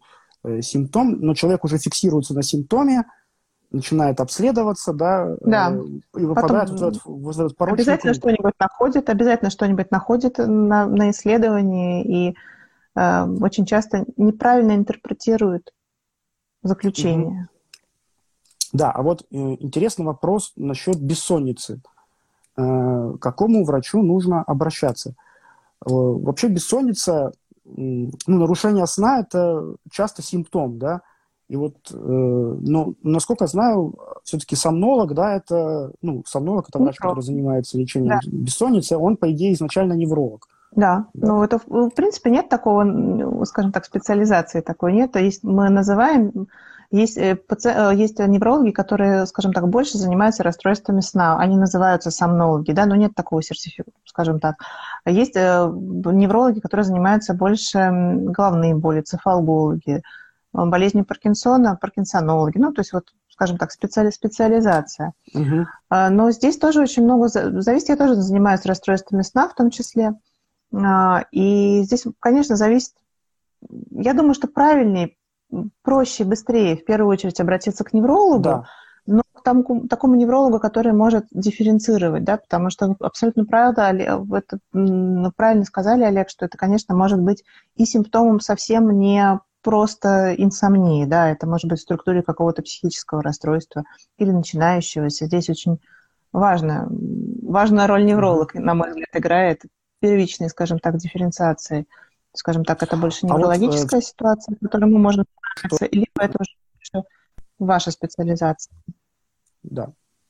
Speaker 2: симптом, но человек уже фиксируется на симптоме, начинает обследоваться, да, и выпадает в этот порочный
Speaker 3: обязательно
Speaker 2: круг.
Speaker 3: Обязательно что-нибудь находит на исследовании, и очень часто неправильно интерпретирует заключение.
Speaker 2: Да, а вот интересный вопрос насчет бессонницы. К какому врачу нужно обращаться? Вообще бессонница, нарушение сна – это часто симптом, да, и вот, но, насколько знаю, все-таки сомнолог, да, сомнолог – это врач, который занимается лечением бессонницы, он, по идее, изначально невролог.
Speaker 3: Да, это, в принципе, нет такого, скажем так, специализации такой нет. Есть, мы называем, есть неврологи, которые, скажем так, больше занимаются расстройствами сна. Они называются сомнологи, да, но нет такого сертификата, скажем так. Есть неврологи, которые занимаются больше головные боли, цефалгологи, болезнью Паркинсона, паркинсонологи. То есть, скажем так, специализация. Но здесь тоже очень много зависит. Я тоже занимаюсь расстройствами сна в том числе. И здесь, конечно, зависит... Я думаю, что правильнее, проще, быстрее, в первую очередь, обратиться к неврологу, но к такому неврологу, который может дифференцировать, да, потому что абсолютно правильно сказали, Олег, что это, конечно, может быть и симптомом совсем не просто инсомнии, да, это может быть в структуре какого-то психического расстройства или начинающегося. Здесь очень важная роль невролога, на мой взгляд, играет первичной, скажем так, дифференциации. Скажем так, это больше неврологическая ситуация, в которой мы можем справиться, либо это уже ваша специализация.
Speaker 2: Да.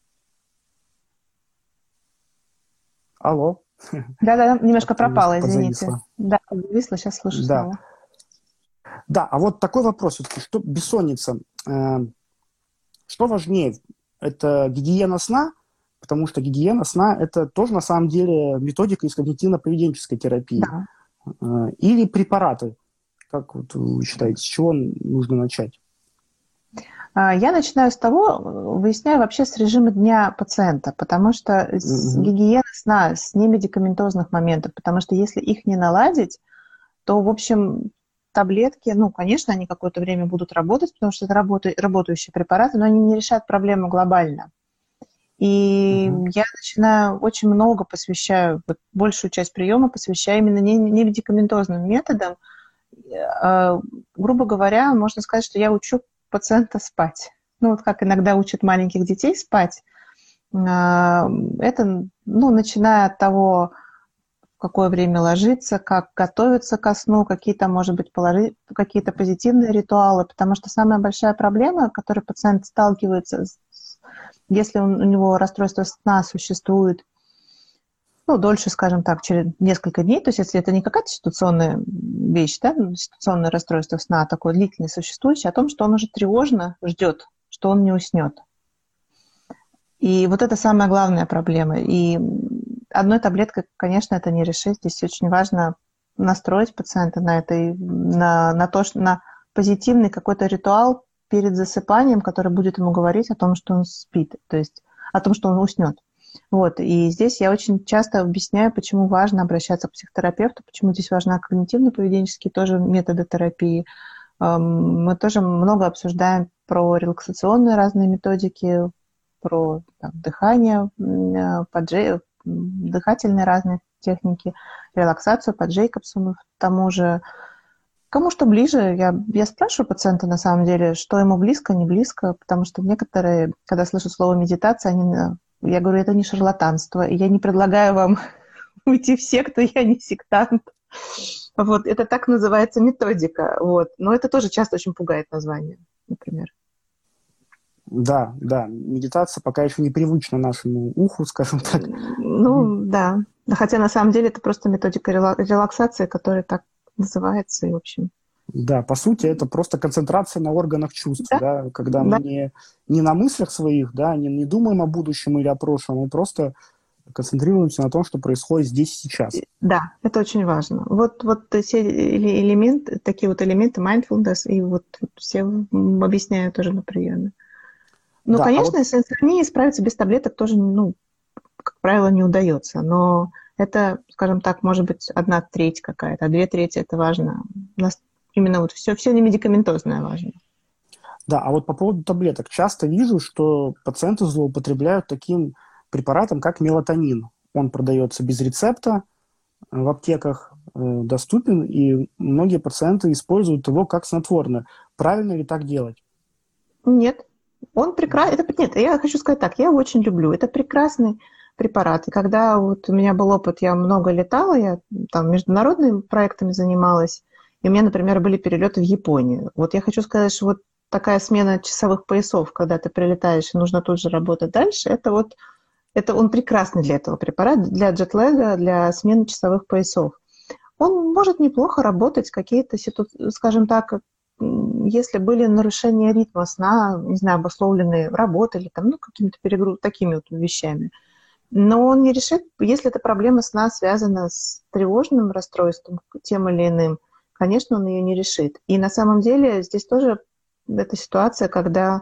Speaker 2: Алло.
Speaker 3: Да, немножко пропало, извините. Да, зависло, сейчас слышу снова.
Speaker 2: Да, а вот такой вопрос все-таки, что бессонница, что важнее, это гигиена сна, потому что гигиена сна – это тоже на самом деле методика из когнитивно-поведенческой терапии, или препараты, как вот вы считаете, с чего нужно начать?
Speaker 3: Я начинаю с того, выясняю вообще с режима дня пациента, потому что гигиена сна, с немедикаментозных моментов, потому что если их не наладить, то, в общем, таблетки, конечно, они какое-то время будут работать, потому что это работающие препараты, но они не решают проблему глобально. И я начинаю очень много большую часть приема посвящаю именно немедикаментозным методам. Грубо говоря, можно сказать, что я учу пациента спать. Как иногда учат маленьких детей спать. Это, начиная от того, в какое время ложиться, как готовиться ко сну, какие-то, может быть, какие-то позитивные ритуалы, потому что самая большая проблема, с которой пациент сталкивается, если у него расстройство сна существует, дольше, скажем так, через несколько дней, то есть если это не какая-то ситуационная вещь, да, ситуационное расстройство сна, а такое длительное существующее, о том, что он уже тревожно ждет, что он не уснет. И вот это самая главная проблема. И одной таблеткой, конечно, это не решить. Здесь очень важно настроить пациента на это, на позитивный какой-то ритуал перед засыпанием, который будет ему говорить о том, что он спит, то есть о том, что он уснет. И здесь я очень часто объясняю, почему важно обращаться к психотерапевту, почему здесь важны когнитивно-поведенческие тоже методы терапии. Мы тоже много обсуждаем про релаксационные разные методики, про дыхание, дыхательные разные техники, релаксацию по Джейкобсону, к тому же. Кому что ближе, я спрашиваю пациента на самом деле, что ему близко, не близко, потому что некоторые, когда слышат слово медитация, я говорю, это не шарлатанство, и я не предлагаю вам уйти в секту, я не сектант. Это так называется методика. Но это тоже часто очень пугает название, например.
Speaker 2: Да, медитация пока еще непривычна нашему уху, скажем так.
Speaker 3: Да. Хотя на самом деле это просто методика релаксации, которая так называется, и в общем.
Speaker 2: Да, по сути, это просто концентрация на органах чувств, да? Когда мы не на мыслях своих, да, не думаем о будущем или о прошлом, мы просто концентрируемся на том, что происходит здесь и сейчас. Да,
Speaker 3: это очень важно. Все элементы, такие элементы mindfulness, и все объясняю тоже на приеме. Конечно, с инсомнией справиться без таблеток тоже, как правило, не удается, но это, скажем так, может быть 1/3 какая-то, а 2/3 это важно именно вот все не медикаментозное важно.
Speaker 2: Да, а вот по поводу таблеток. Часто вижу, что пациенты злоупотребляют таким препаратом, как мелатонин. Он продается без рецепта, в аптеках доступен, и многие пациенты используют его как снотворное. Правильно ли так делать?
Speaker 3: Нет, он прекрасный. Нет, я хочу сказать так, я его очень люблю. Это прекрасный препарат. И когда вот у меня был опыт, я много летала, я там международными проектами занималась, и у меня, например, были перелеты в Японию. Вот я хочу сказать, что вот такая смена часовых поясов, когда ты прилетаешь и нужно тут же работать дальше, это он прекрасный для этого препарат, для джетлега, для смены часовых поясов. Он может неплохо работать, какие-то, скажем так, если были нарушения ритма сна, не знаю, обусловленные работой или там, какими-то такими вот вещами. Но он не решит, если эта проблема сна связана с тревожным расстройством, тем или иным, конечно, он ее не решит. И на самом деле здесь тоже эта ситуация, когда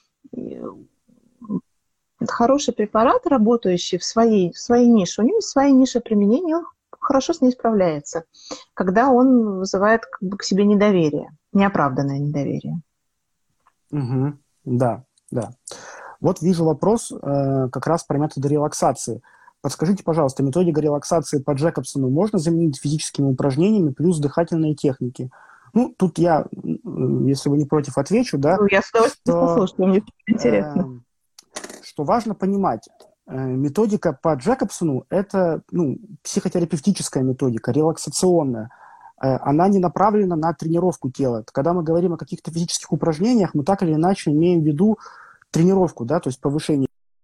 Speaker 3: хороший препарат, работающий в своей нише, у него есть своя ниша применения, он хорошо с ней справляется, когда он вызывает к себе недоверие, неоправданное недоверие.
Speaker 2: Угу. Да, да. Вот вижу вопрос как раз про методы релаксации. Подскажите, пожалуйста, методика релаксации по Джейкобсону можно заменить физическими упражнениями плюс дыхательные техники? Ну, тут я, если вы не против, отвечу, да.
Speaker 3: Ну, я с удовольствием послушаю, мне интересно.
Speaker 2: Что важно понимать, методика по Джейкобсону – это психотерапевтическая методика, релаксационная. Она не направлена на тренировку тела. Когда мы говорим о каких-то физических упражнениях, мы так или иначе имеем в виду тренировку, да, то есть повышение.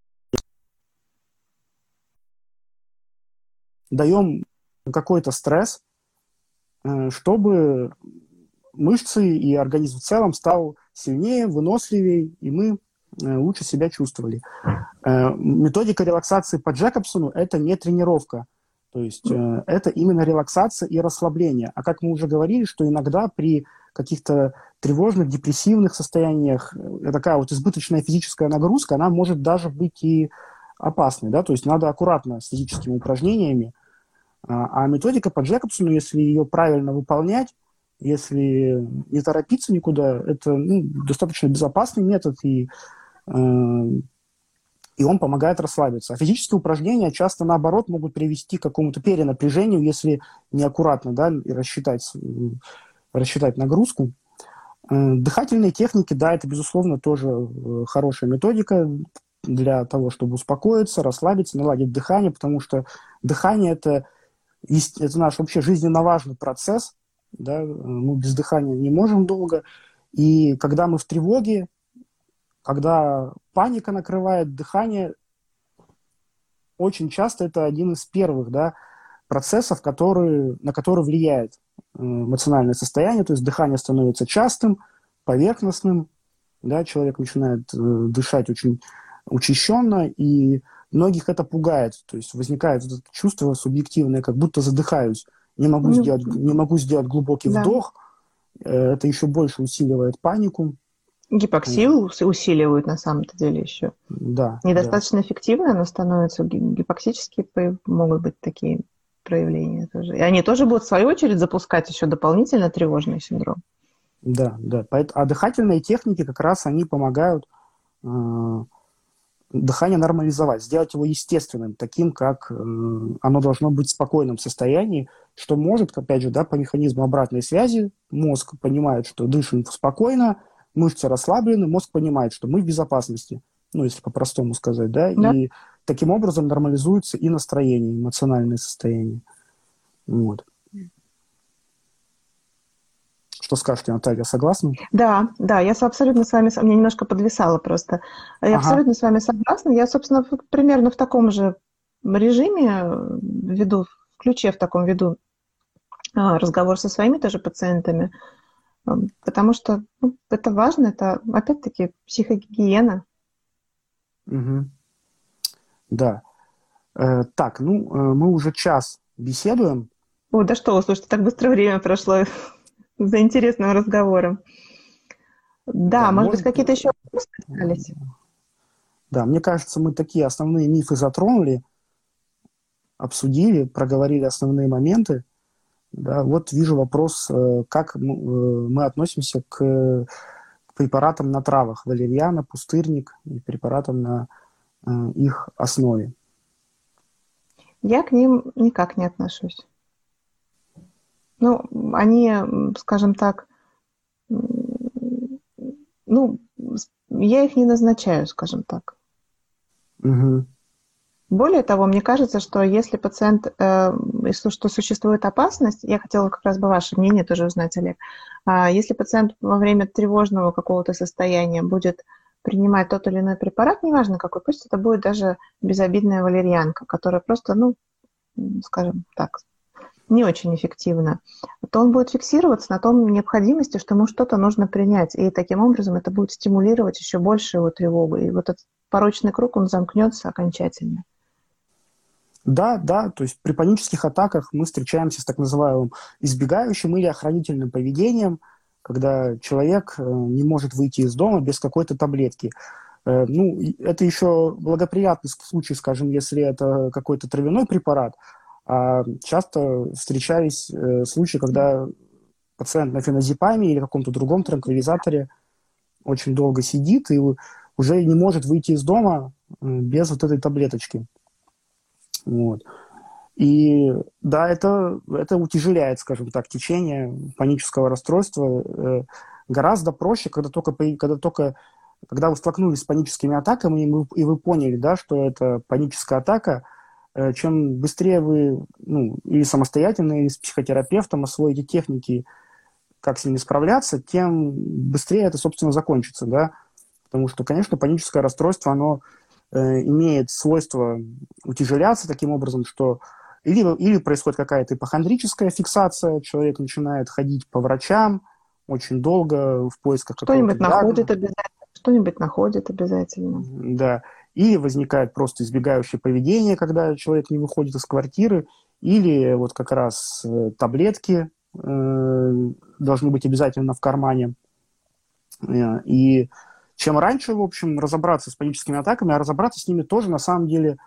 Speaker 2: Даем какой-то стресс, чтобы мышцы и организм в целом стал сильнее, выносливее, и мы лучше себя чувствовали. Методика релаксации по Джейкобсону – это не тренировка. То есть это именно релаксация и расслабление. А как мы уже говорили, что иногда при каких-то тревожных, депрессивных состояниях такая вот избыточная физическая нагрузка, она может даже быть и опасной. Да? То есть надо аккуратно с физическими упражнениями. А методика по Джейкобсону, если ее правильно выполнять, если не торопиться никуда, это достаточно безопасный метод, и он помогает расслабиться. А физические упражнения часто, наоборот, могут привести к какому-то перенапряжению, если неаккуратно, да, и рассчитать нагрузку. Дыхательные техники, да, это, безусловно, тоже хорошая методика для того, чтобы успокоиться, расслабиться, наладить дыхание, потому что дыхание – это наш вообще жизненно важный процесс, да, мы без дыхания не можем долго, и когда мы в тревоге, когда паника накрывает дыхание, очень часто это один из первых, да, процессов, на который влияет эмоциональное состояние, то есть дыхание становится частым, поверхностным, да, человек начинает дышать очень учащенно, и многих это пугает, то есть возникает вот это чувство субъективное, как будто задыхаюсь, не могу сделать глубокий вдох, это еще больше усиливает панику.
Speaker 3: Гипоксию усиливают на самом-то деле еще.
Speaker 2: Да.
Speaker 3: Недостаточно эффективно она становится. Гипоксические могут быть такие проявления тоже. И они тоже будут, в свою очередь, запускать еще дополнительно тревожный синдром.
Speaker 2: Да. А дыхательные техники как раз они помогают дыхание нормализовать, сделать его естественным, таким, как оно должно быть в спокойном состоянии, что может, опять же, да, по механизму обратной связи, мозг понимает, что дышим спокойно, мышцы расслаблены, мозг понимает, что мы в безопасности, если по-простому сказать, да, и таким образом нормализуется и настроение, эмоциональное состояние. Вот. Что скажете, Наталья, согласна?
Speaker 3: Да, я абсолютно с вами, мне немножко подвисало просто. Я абсолютно с вами согласна. Я, собственно, примерно в таком же режиме в таком веду разговор со своими тоже пациентами, потому что это важно, это, опять-таки, психогигиена.
Speaker 2: Угу. Да. Так, мы уже час беседуем.
Speaker 3: О, да что вы, слушайте, так быстро время прошло за интересным разговором. Да, может быть, какие-то еще вопросы остались?
Speaker 2: Да, мне кажется, мы такие основные мифы затронули, обсудили, проговорили основные моменты. Да, вот вижу вопрос, как мы относимся к препаратам на травах, валерьяна, пустырник и препаратам на их основе.
Speaker 3: Я к ним никак не отношусь. Ну, они, скажем так, ну, я их не назначаю, скажем так.
Speaker 2: Угу.
Speaker 3: Более того, мне кажется, что если пациент, что существует опасность, я хотела как раз бы ваше мнение тоже узнать, Олег, если пациент во время тревожного какого-то состояния будет принимать тот или иной препарат, неважно какой, пусть это будет даже безобидная валерьянка, которая просто, ну, скажем так, не очень эффективна, то он будет фиксироваться на том необходимости, что ему что-то нужно принять. И таким образом это будет стимулировать еще больше его тревогу. И вот этот порочный круг, он замкнется окончательно.
Speaker 2: Да, да, то есть при панических атаках мы встречаемся с так называемым избегающим или охранительным поведением, когда человек не может выйти из дома без какой-то таблетки. Ну, это еще благоприятный случай, скажем, если это какой-то травяной препарат. А часто встречались случаи, когда пациент на феназепаме или каком-то другом транквилизаторе очень долго сидит и уже не может выйти из дома без вот этой таблеточки. Вот. И да, это утяжеляет, скажем так, течение панического расстройства. Гораздо проще, когда вы столкнулись с паническими атаками, и вы поняли, да, что это паническая атака, чем быстрее вы, ну, или самостоятельно, или с психотерапевтом освоите техники, как с ними справляться, тем быстрее это, собственно, закончится, да. Потому что, конечно, паническое расстройство, оно имеет свойство утяжеляться таким образом, что или происходит какая-то ипохондрическая фиксация, человек начинает ходить по врачам очень долго в поисках какого-то диагноза.
Speaker 3: Что-нибудь находит обязательно.
Speaker 2: Да. Или возникает просто избегающее поведение, когда человек не выходит из квартиры, или вот как раз таблетки должны быть обязательно в кармане. И чем раньше, в общем, разобраться с паническими атаками, а разобраться с ними тоже на самом деле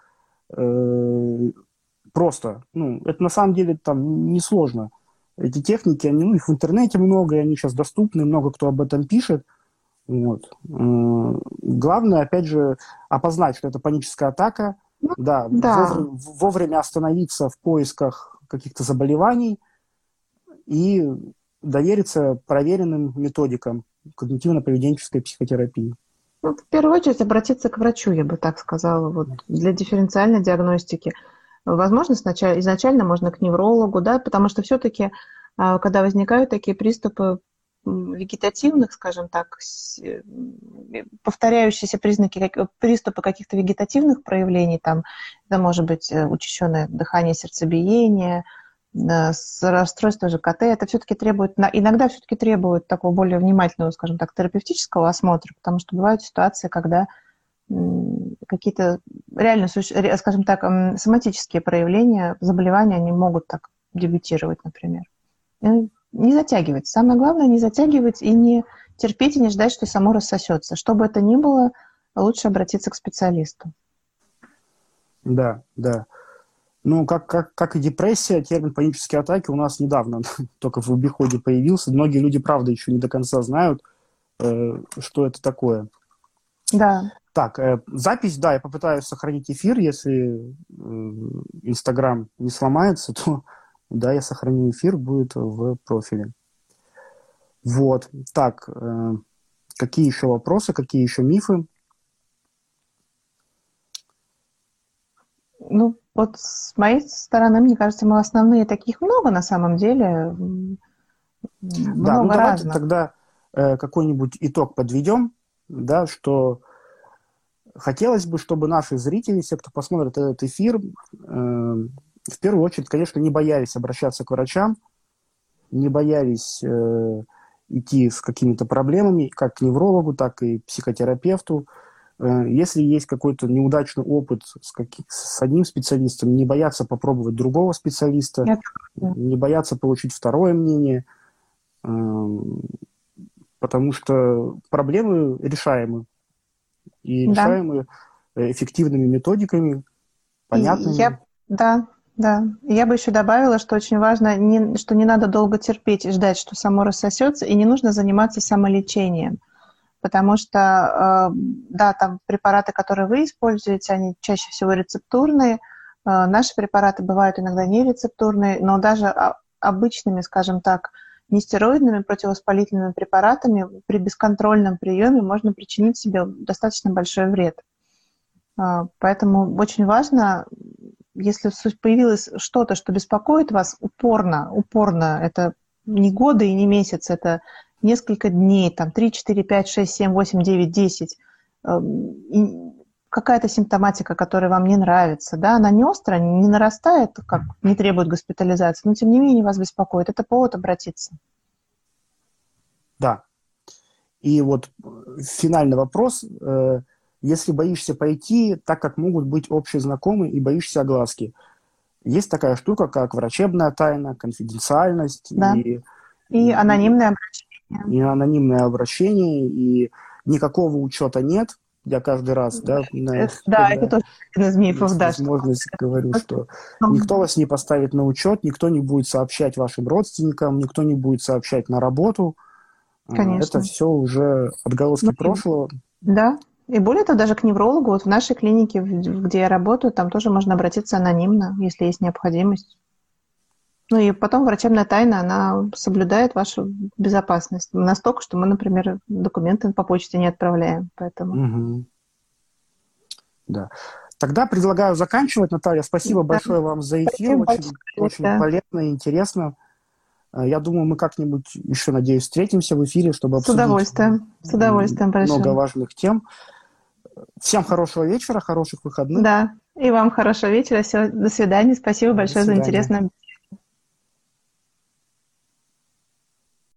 Speaker 2: просто. Ну, это на самом деле там несложно. Эти техники, их в интернете много, и они сейчас доступны, много кто об этом пишет. Вот. Главное, опять же, опознать, что это паническая атака, да. Вовремя остановиться в поисках каких-то заболеваний и довериться проверенным методикам когнитивно-поведенческой психотерапии.
Speaker 3: Ну, в первую очередь обратиться к врачу, я бы так сказала, вот, для дифференциальной диагностики. Возможно, изначально можно к неврологу, да, потому что все-таки, когда возникают такие приступы вегетативных, скажем так, повторяющиеся приступы каких-то вегетативных проявлений, там, это может быть учащенное дыхание, сердцебиение, расстройство ЖКТ, это все-таки иногда все-таки требует такого более внимательного, скажем так, терапевтического осмотра, потому что бывают ситуации, когда какие-то реально, скажем так, соматические проявления заболевания, они могут так дебютировать, например. Не затягивать. Самое главное, не затягивать и не терпеть, и не ждать, что само рассосется. Что бы это ни было, лучше обратиться к специалисту.
Speaker 2: Да, да. Ну, как и депрессия, термин панические атаки у нас недавно только в обиходе появился. Многие люди, правда, еще не до конца знают, что это такое.
Speaker 3: Да.
Speaker 2: Так, запись, да, я попытаюсь сохранить эфир. Если Инстаграм не сломается, то, да, я сохраню эфир, будет в профиле. Вот. Так, какие еще вопросы, какие еще мифы?
Speaker 3: Ну, вот с моей стороны, мне кажется, мы основные таких много на самом деле.
Speaker 2: Да, ну давайте тогда какой-нибудь итог подведем, да, что хотелось бы, чтобы наши зрители, все, кто посмотрит этот эфир, в первую очередь, конечно, не боялись обращаться к врачам, не боялись идти с какими-то проблемами, как к неврологу, так и психотерапевту. Если есть какой-то неудачный опыт с одним специалистом, не бояться попробовать другого специалиста, не бояться получить второе мнение, потому что проблемы решаемы. И решаемы эффективными методиками, понятными.
Speaker 3: Да, Да, я бы еще добавила, что очень важно, что не надо долго терпеть и ждать, что само рассосется, и не нужно заниматься самолечением, потому что, да, там препараты, которые вы используете, они чаще всего рецептурные, наши препараты бывают иногда нерецептурные, но даже обычными, скажем так, нестероидными противовоспалительными препаратами при бесконтрольном приеме можно причинить себе достаточно большой вред. Поэтому очень важно, если появилось что-то, что беспокоит вас упорно, это не годы и не месяцы, это несколько дней, там 3, 4, 5, 6, 7, 8, 9, 10, какая-то симптоматика, которая вам не нравится, да, она не острая, не нарастает, как не требует госпитализации, но тем не менее вас беспокоит, это повод обратиться.
Speaker 2: Да. И вот финальный вопрос. Если боишься пойти, так как могут быть общие знакомые, и боишься огласки, есть такая штука, как врачебная тайна, конфиденциальность,
Speaker 3: да. и анонимное обращение.
Speaker 2: И анонимное обращение, и никакого учета нет. Я каждый раз, да,
Speaker 3: это тоже один из мифов, да.
Speaker 2: Возможность говорю, что никто вас не поставит на учет, никто не будет сообщать вашим родственникам, никто не будет сообщать на работу. Конечно. Это все уже отголоски прошлого.
Speaker 3: Да. И более того, даже к неврологу, вот в нашей клинике, где я работаю, там тоже можно обратиться анонимно, если есть необходимость. Ну и потом врачебная тайна, она соблюдает вашу безопасность. Настолько, что мы, например, документы по почте не отправляем. Поэтому...
Speaker 2: Угу. Да. Тогда предлагаю заканчивать, Наталья. Спасибо большое вам за эфир. Очень полезно и интересно. Я думаю, мы как-нибудь еще, надеюсь, встретимся в эфире, чтобы обсудить
Speaker 3: с удовольствием большое.
Speaker 2: Много важных тем. Всем хорошего вечера, хороших выходных.
Speaker 3: Да, и вам хорошего вечера. Все, до свидания. Спасибо большое за интересную беседу.